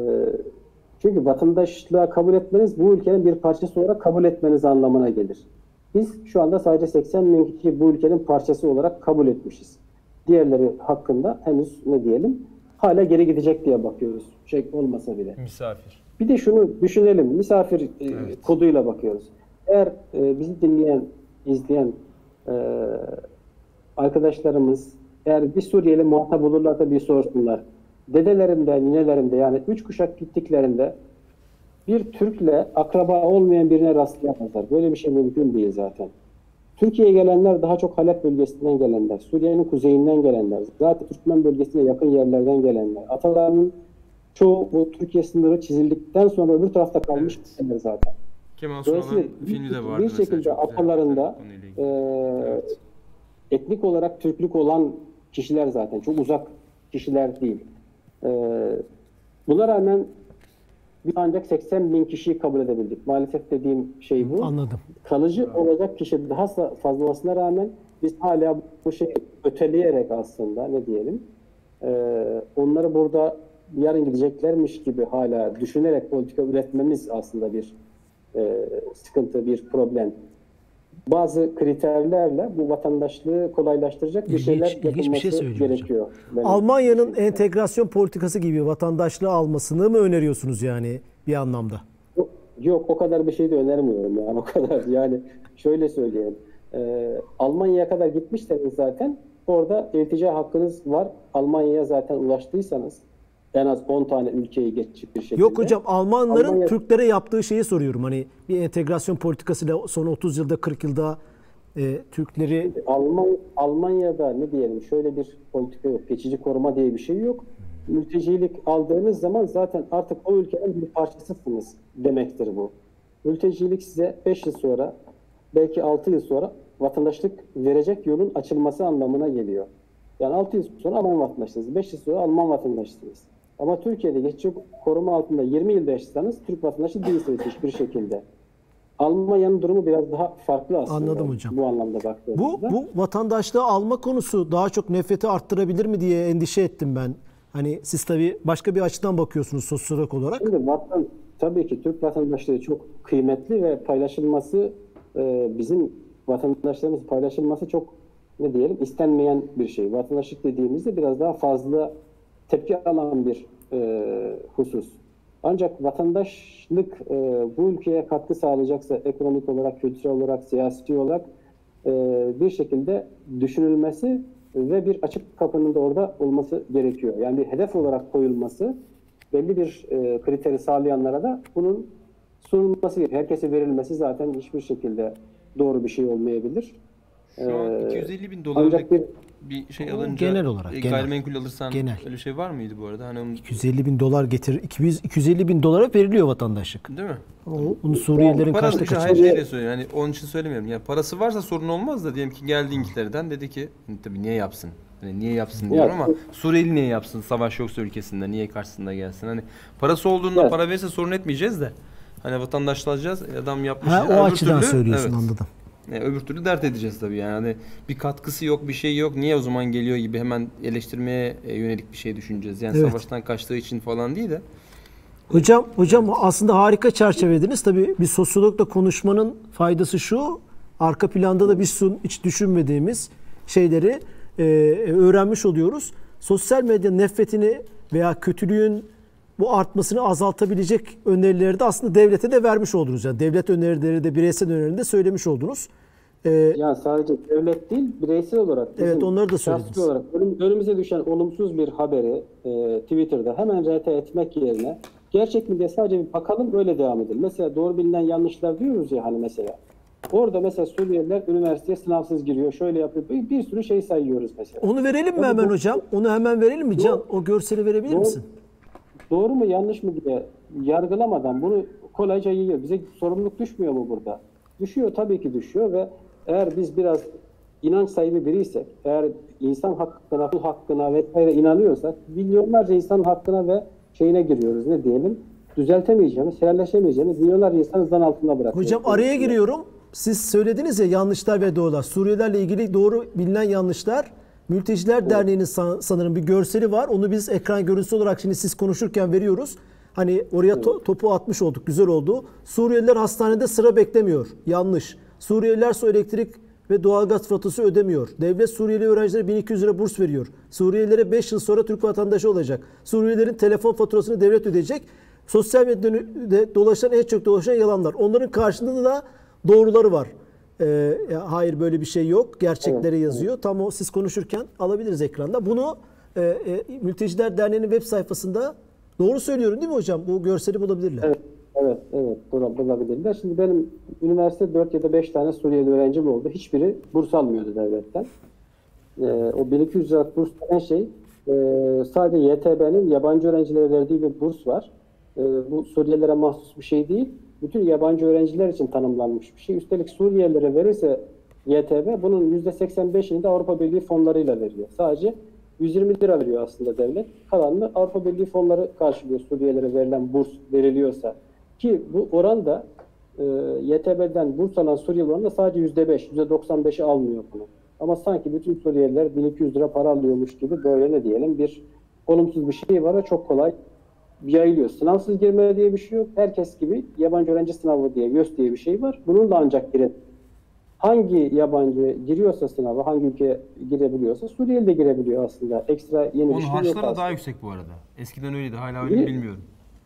çünkü vatandaşlığa kabul etmeniz bu ülkenin bir parçası olarak kabul etmeniz anlamına gelir. Biz şu anda sadece seksen bin kişi bu ülkenin parçası olarak kabul etmişiz. Diğerleri hakkında henüz ne diyelim hala geri gidecek diye bakıyoruz. Şey olmasa bile. Misafir. Bir de şunu düşünelim. Misafir e, Evet. koduyla bakıyoruz. Eğer e, bizi dinleyen, izleyen e, arkadaşlarımız eğer bir Suriyeli muhatap olurlarsa bir sorsunlar. Dedelerinde, ninelerinde yani üç kuşak gittiklerinde bir Türk'le akraba olmayan birine rastlayamazlar. Böyle bir şey mümkün değil zaten. Türkiye'ye gelenler daha çok Halep bölgesinden gelenler, Suriye'nin kuzeyinden gelenler, zaten Türkmen bölgesine yakın yerlerden gelenler. Atalarının çoğu bu Türkiye sınırı çizildikten sonra öbür tarafta kalmış kişiler zaten. Kemal Sunal'ın Dolayısıyla filmi de bir, vardı bir şekilde mesela. çok güzel atalarında konuyla ilgili. e, Evet. etnik olarak Türklük olan kişiler zaten. Çok uzak kişiler değil. E, buna rağmen biz ancak seksen bin kişiyi kabul edebildik. Maalesef dediğim şey bu. Anladım. Kalıcı olacak kişi daha sa- fazla olmasına rağmen biz hala bu şeyi öteleyerek aslında ne diyelim e, onları burada yarın gideceklermiş gibi hala düşünerek politika üretmemiz aslında bir e, sıkıntı, bir problem. bazı kriterlerle bu vatandaşlığı kolaylaştıracak bir İlginç- şeyler ilginç bir yapılması şey söylüyor hocam. gerekiyor. Benim Almanya'nın düşüncem. entegrasyon politikası gibi vatandaşlığı almasını mı öneriyorsunuz yani bir anlamda? Yok, yok, o kadar bir şey de önermiyorum yani o kadar. Yani şöyle söyleyeyim. Ee, Almanya'ya kadar gitmişseniz zaten orada iltica hakkınız var. Almanya'ya zaten ulaştıysanız en az on tane ülkeyi geçecek bir şekilde. Yok hocam, Almanların Almanya- Türklere yaptığı şeyi soruyorum. Hani bir entegrasyon politikasıyla son otuz yılda kırk yılda e, Türkleri Alman, Almanya'da ne diyelim şöyle bir politika yok. Geçici koruma diye bir şey yok. Mültecilik aldığınız zaman zaten artık o ülkenin bir parçasısınız demektir bu. Mültecilik size beş yıl sonra belki altı yıl sonra vatandaşlık verecek yolun açılması anlamına geliyor. Yani altı yıl sonra Alman vatandaşısınız. beş yıl sonra Alman vatandaşısınız. Ama Türkiye'de geçici koruma altında yirmi yılda yaşasanız Türk vatandaşı değilsiniz hiçbir şekilde. Almanya'nın durumu biraz daha farklı aslında. Anladım hocam. Bu anlamda bu baktığımızda. bu vatandaşlığı alma konusu daha çok nefreti arttırabilir mi diye endişe ettim ben. Hani siz tabii başka bir açıdan bakıyorsunuz sosyolog olarak. Şimdi vatan, tabii ki Türk vatandaşlığı çok kıymetli ve paylaşılması e, bizim vatandaşlarımız paylaşılması çok ne diyelim istenmeyen bir şey. Vatandaşlık dediğimizde biraz daha fazla tepki alan bir e, husus. Ancak vatandaşlık e, bu ülkeye katkı sağlayacaksa ekonomik olarak, kültürel olarak, siyasi olarak e, bir şekilde düşünülmesi ve bir açık kapının da orada olması gerekiyor. Yani bir hedef olarak koyulması, belli bir e, kriteri sağlayanlara da bunun sunulması gerekiyor. Herkese verilmesi zaten hiçbir şekilde doğru bir şey olmayabilir. Şu an Ee, iki yüz elli bin ancak dolarlık bir bir şey alınca Genel olarak, e, genel. gayrimenkul alırsan Genel. öyle şey var mıydı bu arada? Hani onun, iki yüz elli bin dolar getir, iki yüz iki yüz elli bin dolara veriliyor vatandaşlık. değil mi? Ama o- bunu Suriyelilerin Parası kaçta işte kaçı? hayır şeyle söylüyorum. Yani onun için söylemiyorum. Yani parası varsa sorun olmaz da diyelim ki geldi İngiltere'den dedi ki tabii niye yapsın? Hani niye yapsın diyorum Ya, ama Suriyeli niye yapsın? Savaş yoksa ülkesinde niye karşısında gelsin? Hani parası olduğunda Evet. para verirse sorun etmeyeceğiz de. Hani vatandaşlığı alacağız. Adam yapmış. Ha, o Öbür açıdan türlü- söylüyorsun, evet. anladım. E, öbür türlü dert edeceğiz tabii yani. Hani bir katkısı yok, bir şey yok. Niye o zaman geliyor gibi hemen eleştirmeye e, yönelik bir şey düşüneceğiz. Yani Evet. savaştan kaçtığı için falan değil de. Hocam hocam aslında harika çerçevelediniz. Tabii bir sosyologla konuşmanın faydası şu. Arka planda da biz sun- hiç düşünmediğimiz şeyleri e, öğrenmiş oluyoruz. Sosyal medya nefretini veya kötülüğün bu artmasını azaltabilecek önerileri de aslında devlete de vermiş oldunuz. Yani devlet önerileri de bireysel önerileri de söylemiş oldunuz. E, yani sadece devlet değil, bireysel olarak. bizim Evet, onları da şahsi söylediniz. olarak önüm- önümüze düşen olumsuz bir haberi e, Twitter'da hemen R T etmek yerine gerçek mi diye sadece bir bakalım, öyle devam edelim. Mesela doğru bilinen yanlışlar diyoruz ya hani mesela. Orada mesela Suriyeliler üniversiteye sınavsız giriyor, şöyle yapıyor. Bir, bir sürü şey sayıyoruz mesela. onu verelim mi Tabii hemen bu- hocam? Onu hemen verelim mi Can? Doğru. O görseli verebilir Doğru. misin? Doğru mu yanlış mı diye yargılamadan bunu kolayca yiyor. Bize sorumluluk düşmüyor mu burada? Düşüyor, tabii ki düşüyor ve eğer biz biraz inanç sahibi biriysek, eğer insan hakkına, kul hakkına vesaire inanıyorsak, milyonlarca insan hakkına ve şeyine giriyoruz, ne diyelim, düzeltemeyeceğimiz, helalleşemeyeceğimiz milyonlarca insanı zan altında bırakıyoruz. Hocam araya giriyorum. Siz söylediniz ya yanlışlar ve doğrular. Suriyelilerle ilgili doğru bilinen yanlışlar. Mülteciler Derneği'nin san- sanırım bir görseli var. Onu biz ekran görüntüsü olarak şimdi siz konuşurken veriyoruz. Hani oraya to- topu atmış olduk. Güzel oldu. Suriyeliler hastanede sıra beklemiyor. Yanlış. Suriyeliler su, elektrik ve doğalgaz faturası ödemiyor. Devlet Suriyeli öğrencilere bin iki yüz lira burs veriyor. Suriyelilere beş yıl sonra Türk vatandaşı olacak. Suriyelilerin telefon faturasını devlet ödeyecek. Sosyal medyada dolaşan, en çok dolaşan yalanlar. Onların karşılığında da doğruları var. Ee, ya hayır böyle bir şey yok. Gerçekleri Evet, yazıyor. Tam o siz konuşurken alabiliriz ekranda. Bunu e, e, Mülteciler Derneği'nin web sayfasında, doğru söylüyorum değil mi hocam? Bu görseli bulabilirler. Evet, evet, evet. Bula- Bulabilirler. Şimdi benim üniversite dört ya da beş tane Suriyeli öğrencim oldu. Hiçbiri burs almıyordu devletten. Ee, o bin iki yüz liralık burs denen şey e, sadece Y T B'nin yabancı öğrencilere verdiği bir burs var. E, bu Suriyelilere mahsus bir şey değil. Bütün yabancı öğrenciler için tanımlanmış bir şey. Üstelik Suriyelilere verirse Y T B bunun yüzde seksen beşini de Avrupa Birliği fonlarıyla veriyor. Sadece yüz yirmi lira veriyor aslında devlet. Kalanını Avrupa Birliği fonları karşılıyor Suriyelilere verilen burs veriliyorsa. Ki bu oran da e, Y T B'den burs alan Suriyeli oranı da sadece yüzde beş, yüzde doksan beşi almıyor bunu. Ama sanki bütün Suriyeliler bin iki yüz lira para alıyormuş gibi böyle ne diyelim bir olumsuz bir şey var ve çok kolay yayılıyor. Sınavsız girme diye bir şey yok. Herkes gibi yabancı öğrenci sınavı diye, YÖS diye bir şey var. Bunun da ancak giren hangi yabancı giriyorsa sınava, hangi ülke girebiliyorsa Suriyeli de girebiliyor aslında. Ekstra yeni Onun bir şey yok harçları da aslında. daha yüksek bu arada. Eskiden öyleydi. Hala öyle mi Bir- bilmiyorum.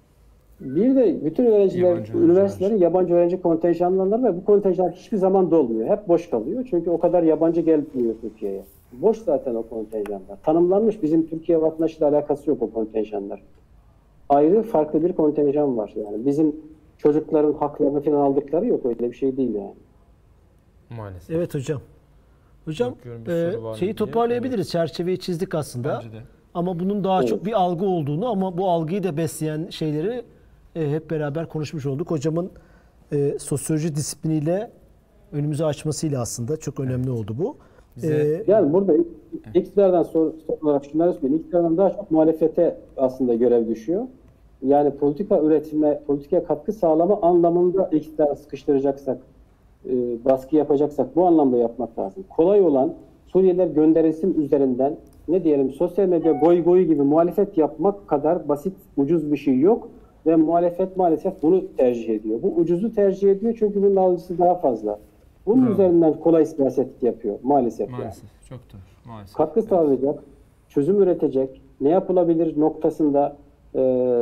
Bir de bütün öğrenciler, Yabancı üniversitelerin yabancı öğrenci kontenjanları ve bu kontenjan hiçbir zaman dolmuyor. Hep boş kalıyor. Çünkü o kadar yabancı gelmiyor Türkiye'ye. Boş zaten o kontenjanlar. Tanımlanmış, bizim Türkiye vatandaşıyla alakası yok o kontenjanlar. Ayrı farklı bir kontenjan var yani. Bizim çocukların haklarını falan aldıkları yok, öyle bir şey değil yani. Maalesef. Evet hocam. Hocam Bakıyorum bir e, soru var mı şeyi diye. toparlayabiliriz. Çerçeveyi çizdik aslında. Bence de. Ama bunun daha Evet. çok bir algı olduğunu, ama bu algıyı da besleyen şeyleri e, hep beraber konuşmuş olduk. Hocamın e, sosyoloji disipliniyle önümüzü açmasıyla aslında çok önemli oldu bu. Bize- E, Yani burada iktidardan son, son olarak şunları söyleyeyim. İktidardan daha çok muhalefete aslında görev düşüyor. Yani politika üretime, politikaya katkı sağlama anlamında iktidarı sıkıştıracaksak, e, baskı yapacaksak bu anlamda yapmak lazım. Kolay olan Suriyeliler gönderilsin üzerinden ne diyelim sosyal medya goy goy gibi muhalefet yapmak kadar basit, ucuz bir şey yok. Ve muhalefet maalesef bunu tercih ediyor. Bu ucuzu tercih ediyor çünkü bunun alıcısı daha fazla. Bunun Bravo. üzerinden kolay siyaset yapıyor maalesef. yani. Maalesef. Çok doğru. Maalesef. Katkı Evet. sağlayacak, çözüm üretecek, ne yapılabilir noktasında e,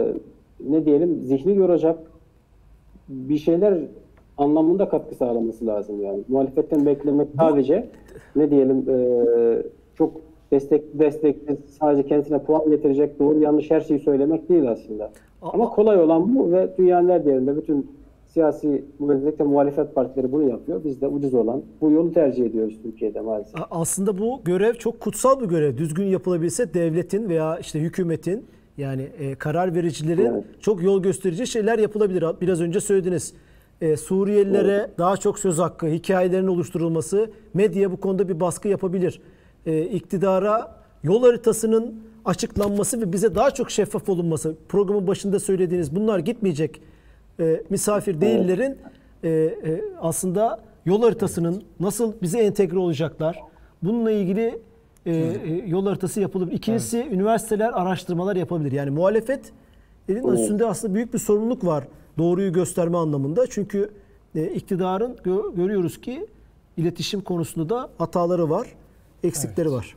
ne diyelim zihni yoracak bir şeyler anlamında katkı sağlaması lazım yani. Muhalefetten beklemek sadece ne diyelim e, çok destek destekli sadece kendisine puan getirecek doğru yanlış her şeyi söylemek değil aslında. Ama kolay olan bu ve dünyanın her yerinde bütün siyasi, özellikle muhalefet partileri bunu yapıyor. Biz de ucuz olan bu yolu tercih ediyoruz Türkiye'de maalesef. A- Aslında bu görev çok kutsal bir görev. Düzgün yapılabilse devletin veya işte hükümetin, yani e, karar vericilerin Evet. çok yol gösterici şeyler yapılabilir. Biraz önce söylediniz. E, Suriyelilere daha çok söz hakkı, hikayelerin oluşturulması, medya bu konuda bir baskı yapabilir. E, iktidara yol haritasının açıklanması ve bize daha çok şeffaf olunması, programın başında söylediğiniz bunlar gitmeyecek e, misafir değillerin e, e, aslında yol haritasının nasıl bize entegre olacaklar, bununla ilgili e, e, yol haritası yapılabilir. İkincisi, üniversiteler araştırmalar yapabilir. Yani muhalefetin üstünde aslında büyük bir sorumluluk var doğruyu gösterme anlamında. Çünkü e, iktidarın gö- görüyoruz ki iletişim konusunda da hataları var, eksikleri var.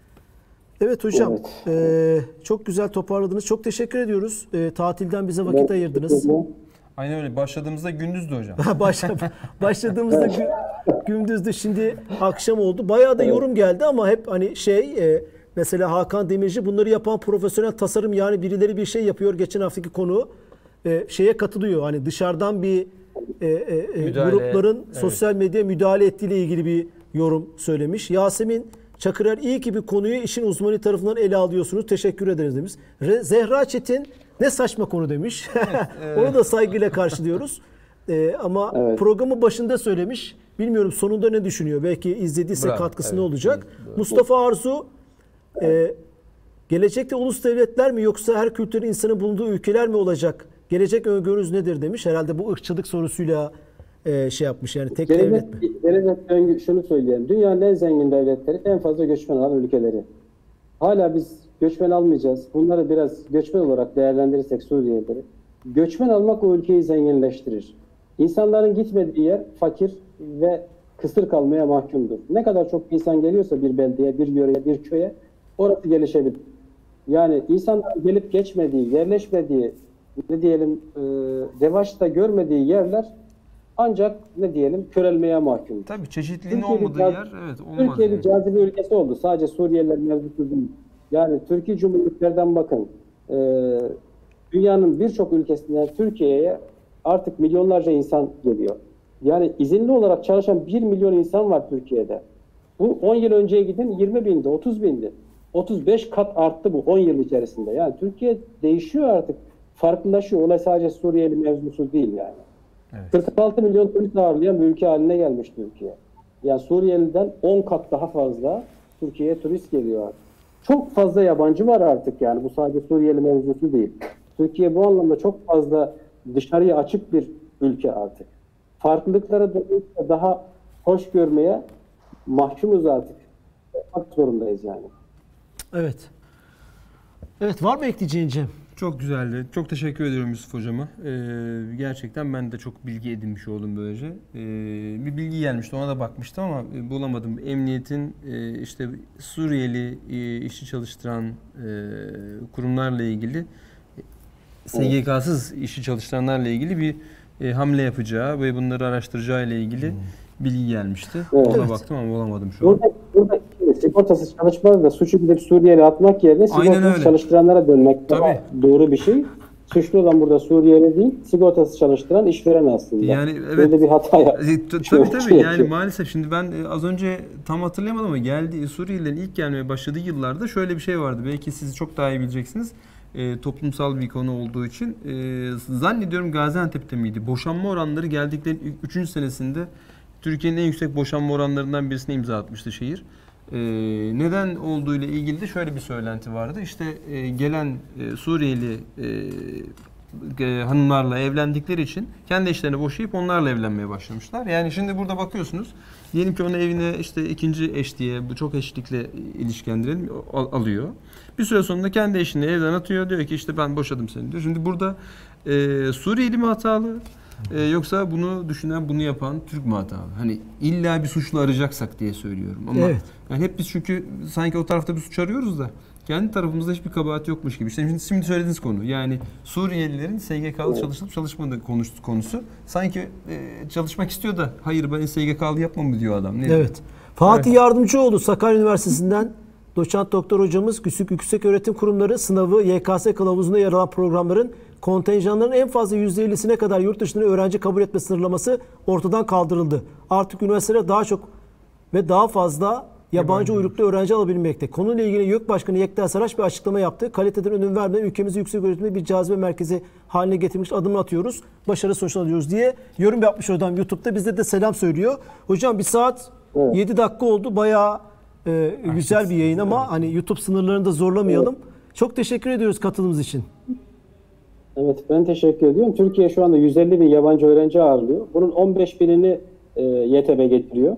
Evet hocam, Evet. e, çok güzel toparladınız. Çok teşekkür ediyoruz. E, tatilden bize vakit Ben- ayırdınız. Aynen öyle. Başladığımızda gündüzdü hocam. Baş, başladığımızda gü, gündüzdü, şimdi akşam oldu. Bayağı da yorum geldi ama hep hani şey e, mesela Hakan Demirci bunları yapan profesyonel tasarım, yani birileri bir şey yapıyor. Geçen haftaki konu e, şeye katılıyor. Hani dışarıdan bir e, e, e, Müdahale, grupların evet. sosyal medya müdahale ettiğiyle ilgili bir yorum söylemiş. Yasemin Çakırer, iyi ki bir konuyu işin uzmanı tarafından ele alıyorsunuz. Teşekkür ederiz demiş. Re- Zehra Çetin, ne saçma konu demiş. Onu da saygıyla karşılıyoruz. Ee, ama Evet. programın başında söylemiş. Bilmiyorum sonunda ne düşünüyor. Belki izlediyse Bravo, katkısı ne evet, olacak. evet, doğru. Mustafa Arzu, e, gelecekte ulus devletler mi yoksa her kültürün insanın bulunduğu ülkeler mi olacak? Gelecek öngörünüz nedir demiş. Herhalde bu ırkçılık sorusuyla e, şey yapmış, yani tek devlet mi? Gelecek, gelecek öngü- şunu söyleyeyim. Dünyanın en zengin devletleri, en fazla göçmen alan ülkeleri. Hala biz göçmen almayacağız. Bunları biraz göçmen olarak değerlendirirsek Suriyelileri, göçmen almak o ülkeyi zenginleştirir. İnsanların gitmediği yer fakir ve kısır kalmaya mahkumdur. Ne kadar çok insan geliyorsa bir beldeye, bir yöreye, bir köye, orası gelişebilir. Yani insanların gelip geçmediği, yerleşmediği, ne diyelim e, revaçta görmediği yerler ancak ne diyelim körelmeye mahkum. Tabii çeşitliliğin Türkiye bir olmadığı caz- yer evet olmaz. Türkiye bir yani. cazibe ülkesi oldu. Sadece Suriyeliler mevzusu değil. Yani Türkiye Cumhuriyetlerden bakın. e, dünyanın birçok ülkesinden Türkiye'ye artık milyonlarca insan geliyor. Yani izinli olarak çalışan bir milyon insan var Türkiye'de. Bu on yıl önceye gidin yirmi bindi, otuz bindi. otuz beş kat arttı bu on yıl içerisinde. Yani Türkiye değişiyor artık. Farklılaşıyor. Olay sadece Suriyeli mevzusu değil yani. Evet. kırk altı milyon turist ağırlayan bir ülke haline gelmiş Türkiye. Yani Suriyeli'den on kat daha fazla Türkiye'ye turist geliyor artık. Çok fazla yabancı var artık yani. Bu sadece Suriyeli mevzusu değil. Türkiye bu anlamda çok fazla dışarıya açık bir ülke artık. Farklılıkları da daha hoş görmeye mahkumuz artık. Yapmak zorundayız yani. Evet. Evet, var mı ekleyeceğin Cem? Çok güzeldi. Çok teşekkür ediyorum Yusuf Hocama. Ee, gerçekten ben de çok bilgi edinmiş oldum böylece. Ee, bir bilgi gelmişti, ona da bakmıştım ama e, bulamadım. Emniyetin e, işte Suriyeli e, işçi çalıştıran e, kurumlarla ilgili, S G K'sız işçi çalıştıranlarla ilgili bir e, hamle yapacağı ve bunları araştıracağı ile ilgili hmm. bilgi gelmişti. Evet. Ona baktım ama bulamadım şu an. Burada, burada sigortasız çalışmalarda suçu gidip Suriyeli atmak yerine sigortasız çalıştıranlara dönmek daha doğru bir şey. Suçlu olan burada Suriyeli değil, sigortasız çalıştıran işveren aslında. Yani evet. Böyle bir hata yaptı. E, tabii tabii yani maalesef şimdi ben az önce tam hatırlayamadım ama geldi Suriyelilerin ilk gelmeye başladığı yıllarda şöyle bir şey vardı. Belki siz çok daha iyi bileceksiniz. E, toplumsal bir konu olduğu için. E, zannediyorum Gaziantep'te miydi? Boşanma oranları geldikleri üçüncü senesinde Türkiye'nin en yüksek boşanma oranlarından birisine imza atmıştı şehir. Ee, neden olduğu ile ilgili de şöyle bir söylenti vardı. İşte e, gelen e, Suriyeli e, e, hanımlarla evlendikleri için kendi eşlerini boşayıp onlarla evlenmeye başlamışlar. Yani şimdi burada bakıyorsunuz. Diyelim ki onu evine işte ikinci eş diye bu çok eşlikle ilişkilendirelim al, alıyor. Bir süre sonra kendi eşini evden atıyor. Diyor ki işte ben boşadım seni diyor. Şimdi burada e, Suriyeli mi hatalı? Ee, yoksa bunu düşünen, bunu yapan Türk mü hatalı? Hani illa bir suçlu arayacaksak diye söylüyorum. Ama evet. yani hep biz çünkü sanki o tarafta bir suç arıyoruz da kendi tarafımızda hiçbir kabahat yokmuş gibi. İşte şimdi, şimdi söylediğiniz konu. Yani Suriyelilerin S G K'lı çalışıp çalışmadığı konusu, konusu. Sanki e, çalışmak istiyor da hayır ben S G K'lı yapmam mı diyor adam. Ne evet. diyor? Fatih evet. Yardımcıoğlu Sakarya Üniversitesi'nden doçent doktor hocamız Yüksek Yüksek Öğretim Kurumları sınavı Y K S kılavuzunda yer alan programların kontenjanların en fazla yüzde ellisine kadar yurt dışından öğrenci kabul etme sınırlaması ortadan kaldırıldı. Artık üniversitelere daha çok ve daha fazla yabancı uyruklu öğrenci alabilmekte. Konuyla ilgili YÖK Başkanı Yekta Saraç bir açıklama yaptı. Kaliteden ödün vermeden ülkemizi yüksek öğretimde bir cazibe merkezi haline getirmiş, adımını atıyoruz. Başarı sonuçlarını alıyoruz diye yorum yapmış hocam YouTube'da. Bizde de selam söylüyor. Hocam bir saat evet. yedi dakika oldu. Bayağı e, güzel bir yayın ama hani YouTube sınırlarını da zorlamayalım. Evet. Çok teşekkür ediyoruz katılımınız için. Evet, ben teşekkür ediyorum. Türkiye şu anda yüz elli bin yabancı öğrenci ağırlıyor. Bunun on beş binini e, Y T B getiriyor.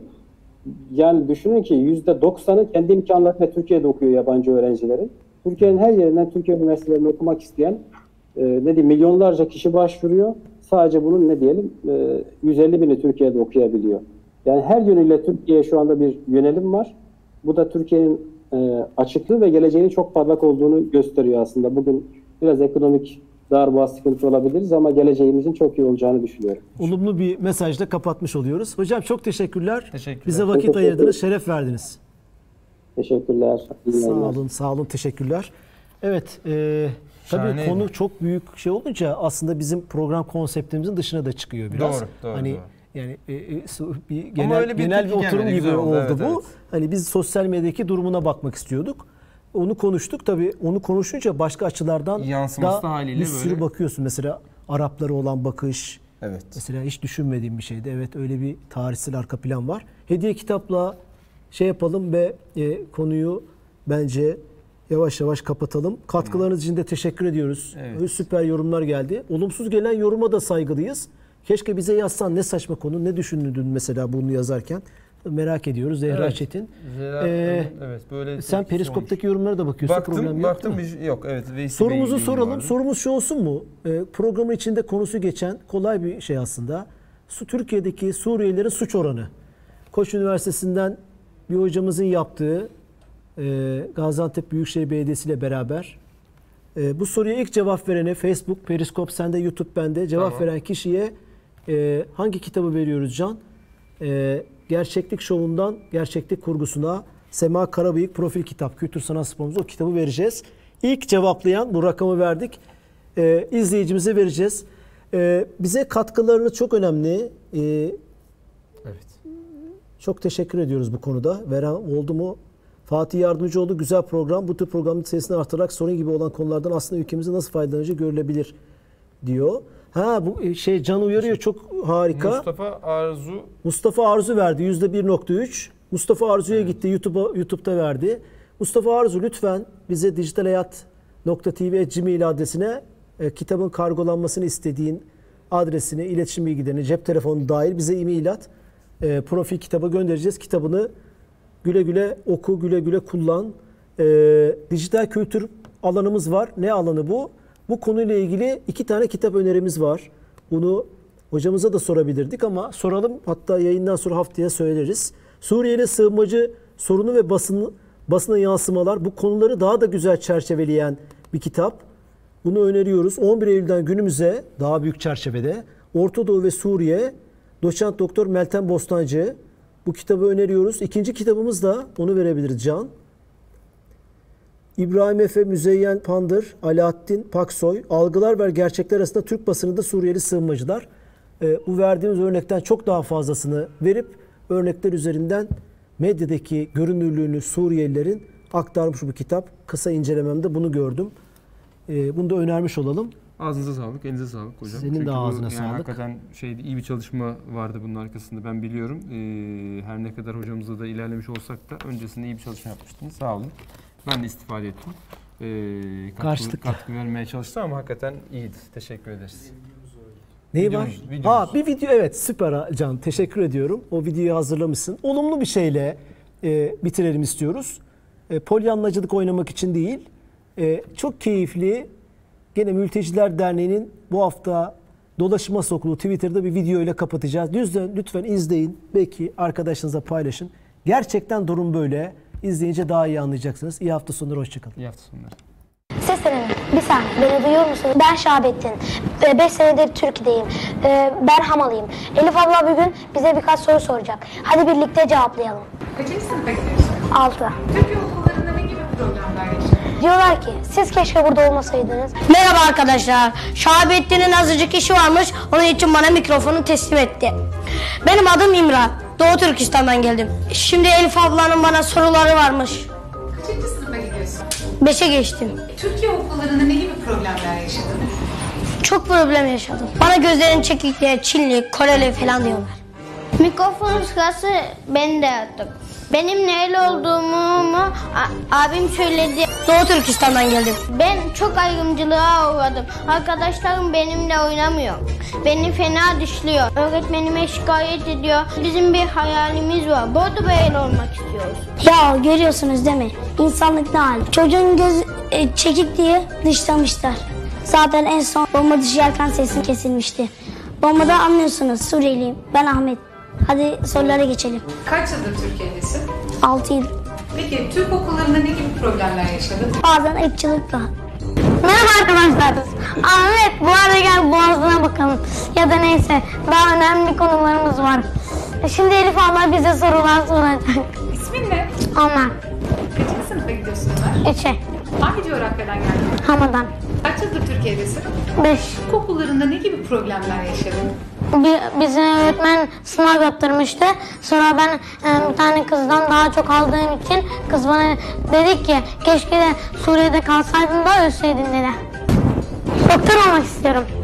Yani düşünün ki yüzde doksanı kendi imkanlarıyla Türkiye'de okuyor yabancı öğrencilerin. Türkiye'nin her yerinden Türkiye üniversitelerinde okumak isteyen e, ne diyeyim, milyonlarca kişi başvuruyor. Sadece bunun ne diyelim e, yüz elli bini Türkiye'de okuyabiliyor. Yani her yönüyle Türkiye'ye şu anda bir yönelim var. Bu da Türkiye'nin e, açıklığı ve geleceğinin çok parlak olduğunu gösteriyor aslında. Bugün biraz ekonomik darboğaz sıkıntı olabiliriz ama geleceğimizin çok iyi olacağını düşünüyorum. Olumlu bir mesajla kapatmış oluyoruz. Hocam çok teşekkürler. Teşekkürler. Bize vakit Teşekkür ayırdınız, şeref verdiniz. Teşekkürler. Sağ olun, sağ olun. Teşekkürler. Evet, e, tabii konu çok büyük şey olunca aslında bizim program konseptimizin dışına da çıkıyor biraz. Doğru, doğru. Hani doğru. yani e, e, bir genel bir, genel bir oturum gelmedi, gibi oldu, oldu, bu. Evet, evet. Hani biz sosyal medyadaki durumuna bakmak istiyorduk. Onu konuştuk. Tabii onu konuşunca başka açılardan yansıması da haliyle bir sürü böyle bakıyorsun. Mesela Araplara olan bakış. Evet. Mesela hiç düşünmediğim bir şeydi. Evet, öyle bir tarihsel arka plan var. Hediye kitapla şey yapalım ve e, konuyu bence yavaş yavaş kapatalım. Katkılarınız için de teşekkür ediyoruz. Evet. Süper yorumlar geldi. Olumsuz gelen yoruma da saygılıyız. Keşke bize yazsan, ne saçma konu, ne düşündün mesela bunu yazarken. Merak ediyoruz. Zehra Evet. Çetin. Zehra, Ee, evet, böyle sen Periskop'taki yorumlara da bakıyorsun. baktım, Problem yok, baktım değil mi? bir, yok evet. Veysi Sorumuzu Bey'in soralım. vardı. Sorumuz şu olsun mu? Ee, programın içinde konusu geçen kolay bir şey aslında. Su, Türkiye'deki Suriyelilerin suç oranı. Koç Üniversitesi'nden bir hocamızın yaptığı e, Gaziantep Büyükşehir Belediyesi ile beraber e, bu soruya ilk cevap verene Facebook, Periskop sende, YouTube bende cevap Tamam. veren kişiye e, hangi kitabı veriyoruz Can? E, Gerçeklik Şovu'ndan Gerçeklik Kurgusu'na Sema Karabıyık Profil Kitap, Kültür Sanat Sporumuz, o kitabı vereceğiz. İlk cevaplayan, bu rakamı verdik, e, izleyicimize vereceğiz. E, bize katkılarınız çok önemli. E, Evet. çok teşekkür ediyoruz bu konuda. Veren oldu mu? Fatih Yardımcıoğlu, güzel program. Bu tür programın sayısını artırarak sorun gibi olan konulardan aslında ülkemizde nasıl faydalanacağı görülebilir diyor. Ha bu şey Can uyarıyor, çok harika. Mustafa Arzu Mustafa Arzu verdi yüzde bir nokta üç. Mustafa Arzu'ya evet. gitti, YouTube'a YouTube'da verdi. Mustafa Arzu lütfen bize dijitalhayat nokta tv at gmail adresine e, kitabın kargolanmasını istediğin adresini, iletişim bilgilerini, cep telefonu dahil bize e-mail at. E, profil kitaba göndereceğiz. Kitabını güle güle oku, güle güle kullan. E, dijital kültür alanımız var. Ne alanı bu? Bu konuyla ilgili iki tane kitap önerimiz var. Bunu hocamıza da sorabilirdik ama soralım. Hatta yayından sonra haftaya söyleriz. Suriyeli sığınmacı sorunu ve basın, basına yansımalar, bu konuları daha da güzel çerçeveleyen bir kitap. Bunu öneriyoruz. on bir Eylül'den günümüze daha büyük çerçevede Orta Doğu ve Suriye, doçent doktor Meltem Bostancı. Bu kitabı öneriyoruz. İkinci kitabımız da onu verebiliriz Can. İbrahim Efe, Müzeyyen Pandır, Alaaddin Paksoy, Algılar ve Gerçekler arasında Türk basınında Suriyeli sığınmacılar. Ee, bu verdiğimiz örnekten çok daha fazlasını verip örnekler üzerinden medyadaki görünürlüğünü Suriyelilerin aktarmış bu kitap. Kısa incelememde bunu gördüm. Ee, bunu da önermiş olalım. Ağzınıza sağlık, elinize sağlık hocam. Senin Çünkü de ağzına bu, yani sağlık. Hakikaten şeydi, iyi bir çalışma vardı bunun arkasında, ben biliyorum. Ee, her ne kadar hocamızla da ilerlemiş olsak da öncesinde iyi bir çalışma yapmıştınız. Sağ olun. Ben de istifade ettim. Ee, katkı, Karşılıklı. katkı vermeye çalıştım ama hakikaten iyiydi. Teşekkür ederiz. Neyi Videomuz, var? videomuz. Ha bir video, evet, süper Can, teşekkür ediyorum. O videoyu hazırlamışsın. Olumlu bir şeyle e, bitirelim istiyoruz. E, polyanlacılık oynamak için değil. E, çok keyifli. Gene Mülteciler Derneği'nin bu hafta dolaşıma sokulu Twitter'da bir video ile kapatacağız. Lütfen, lütfen izleyin. Belki arkadaşlarınızla paylaşın. Gerçekten durum böyle. İzleyince daha iyi anlayacaksınız. İyi hafta sonları, hoşçakalın. İyi hafta sonları. Seslenin. Bir saniye. Beni duyuyor musunuz? Ben Şahabettin. beş senedir Türkiye'deyim. Ee, ben Hamalıyım. Elif abla bugün bize birkaç soru soracak. Hadi birlikte cevaplayalım. Kaçıncı sınıfa gidiyorsun? altı. Türkiye okullarında ne gibi problemler yaşadın? Diyorlar ki siz keşke burada olmasaydınız. Merhaba arkadaşlar. Şahabettin'in azıcık işi varmış. Onun için bana mikrofonu teslim etti. Benim adım İmran. Doğu Türkistan'dan geldim. Şimdi Elif ablanın bana soruları varmış. Kaçıncı sınıfa gidiyorsun? beşe geçtim. Türkiye okullarında ne gibi problemler yaşadın? Çok problem yaşadım. Bana gözlerin çekik diye Çinli, Koreli falan diyorlar. Mikrofon sırası ben de yaptım. Benim nereli olduğumu abim söyledi. Doğu Türkistan'dan geldim. Ben çok ayrımcılığa uğradım. Arkadaşlarım benimle oynamıyor. Beni fena dışlıyor. Öğretmenime şikayet ediyor. Bizim bir hayalimiz var. Bordo Bey'le olmak istiyoruz. Ya görüyorsunuz değil mi? İnsanlık ne hal? Çocuğun göz e, çekik diye dışlamışlar. Zaten en son bomba dışı yelken sesi kesilmişti. Bombada anlıyorsunuz, Suriyeliyim. Ben Ahmet. Hadi sorulara geçelim. Kaç yıldır Türkiye'desin? altı yıl. Peki Türk okullarında ne gibi problemler yaşadın? Bazen ırkçılıkla. Merhaba arkadaşlar. Ahmet, bu arada gel boğazına bakalım. Ya da neyse, daha önemli konularımız var. Şimdi Elif abla bize sorular soracak. İsmin ne? Onlar. Kaçıncı sınıfa gidiyorsun Ömer? Üçe. Hangi coğrafyadan geldin? Hamadan. Kaç yıldır Türkiye'desin? Beş. Türk okullarında ne gibi problemler yaşadın? Bir, bize öğretmen sınav yaptırmıştı. Sonra ben e, bir tane kızdan daha çok aldığım için kız bana dedi ki keşke de Suriye'de kalsaydın da ölseydin dedi. Doktor olmak istiyorum.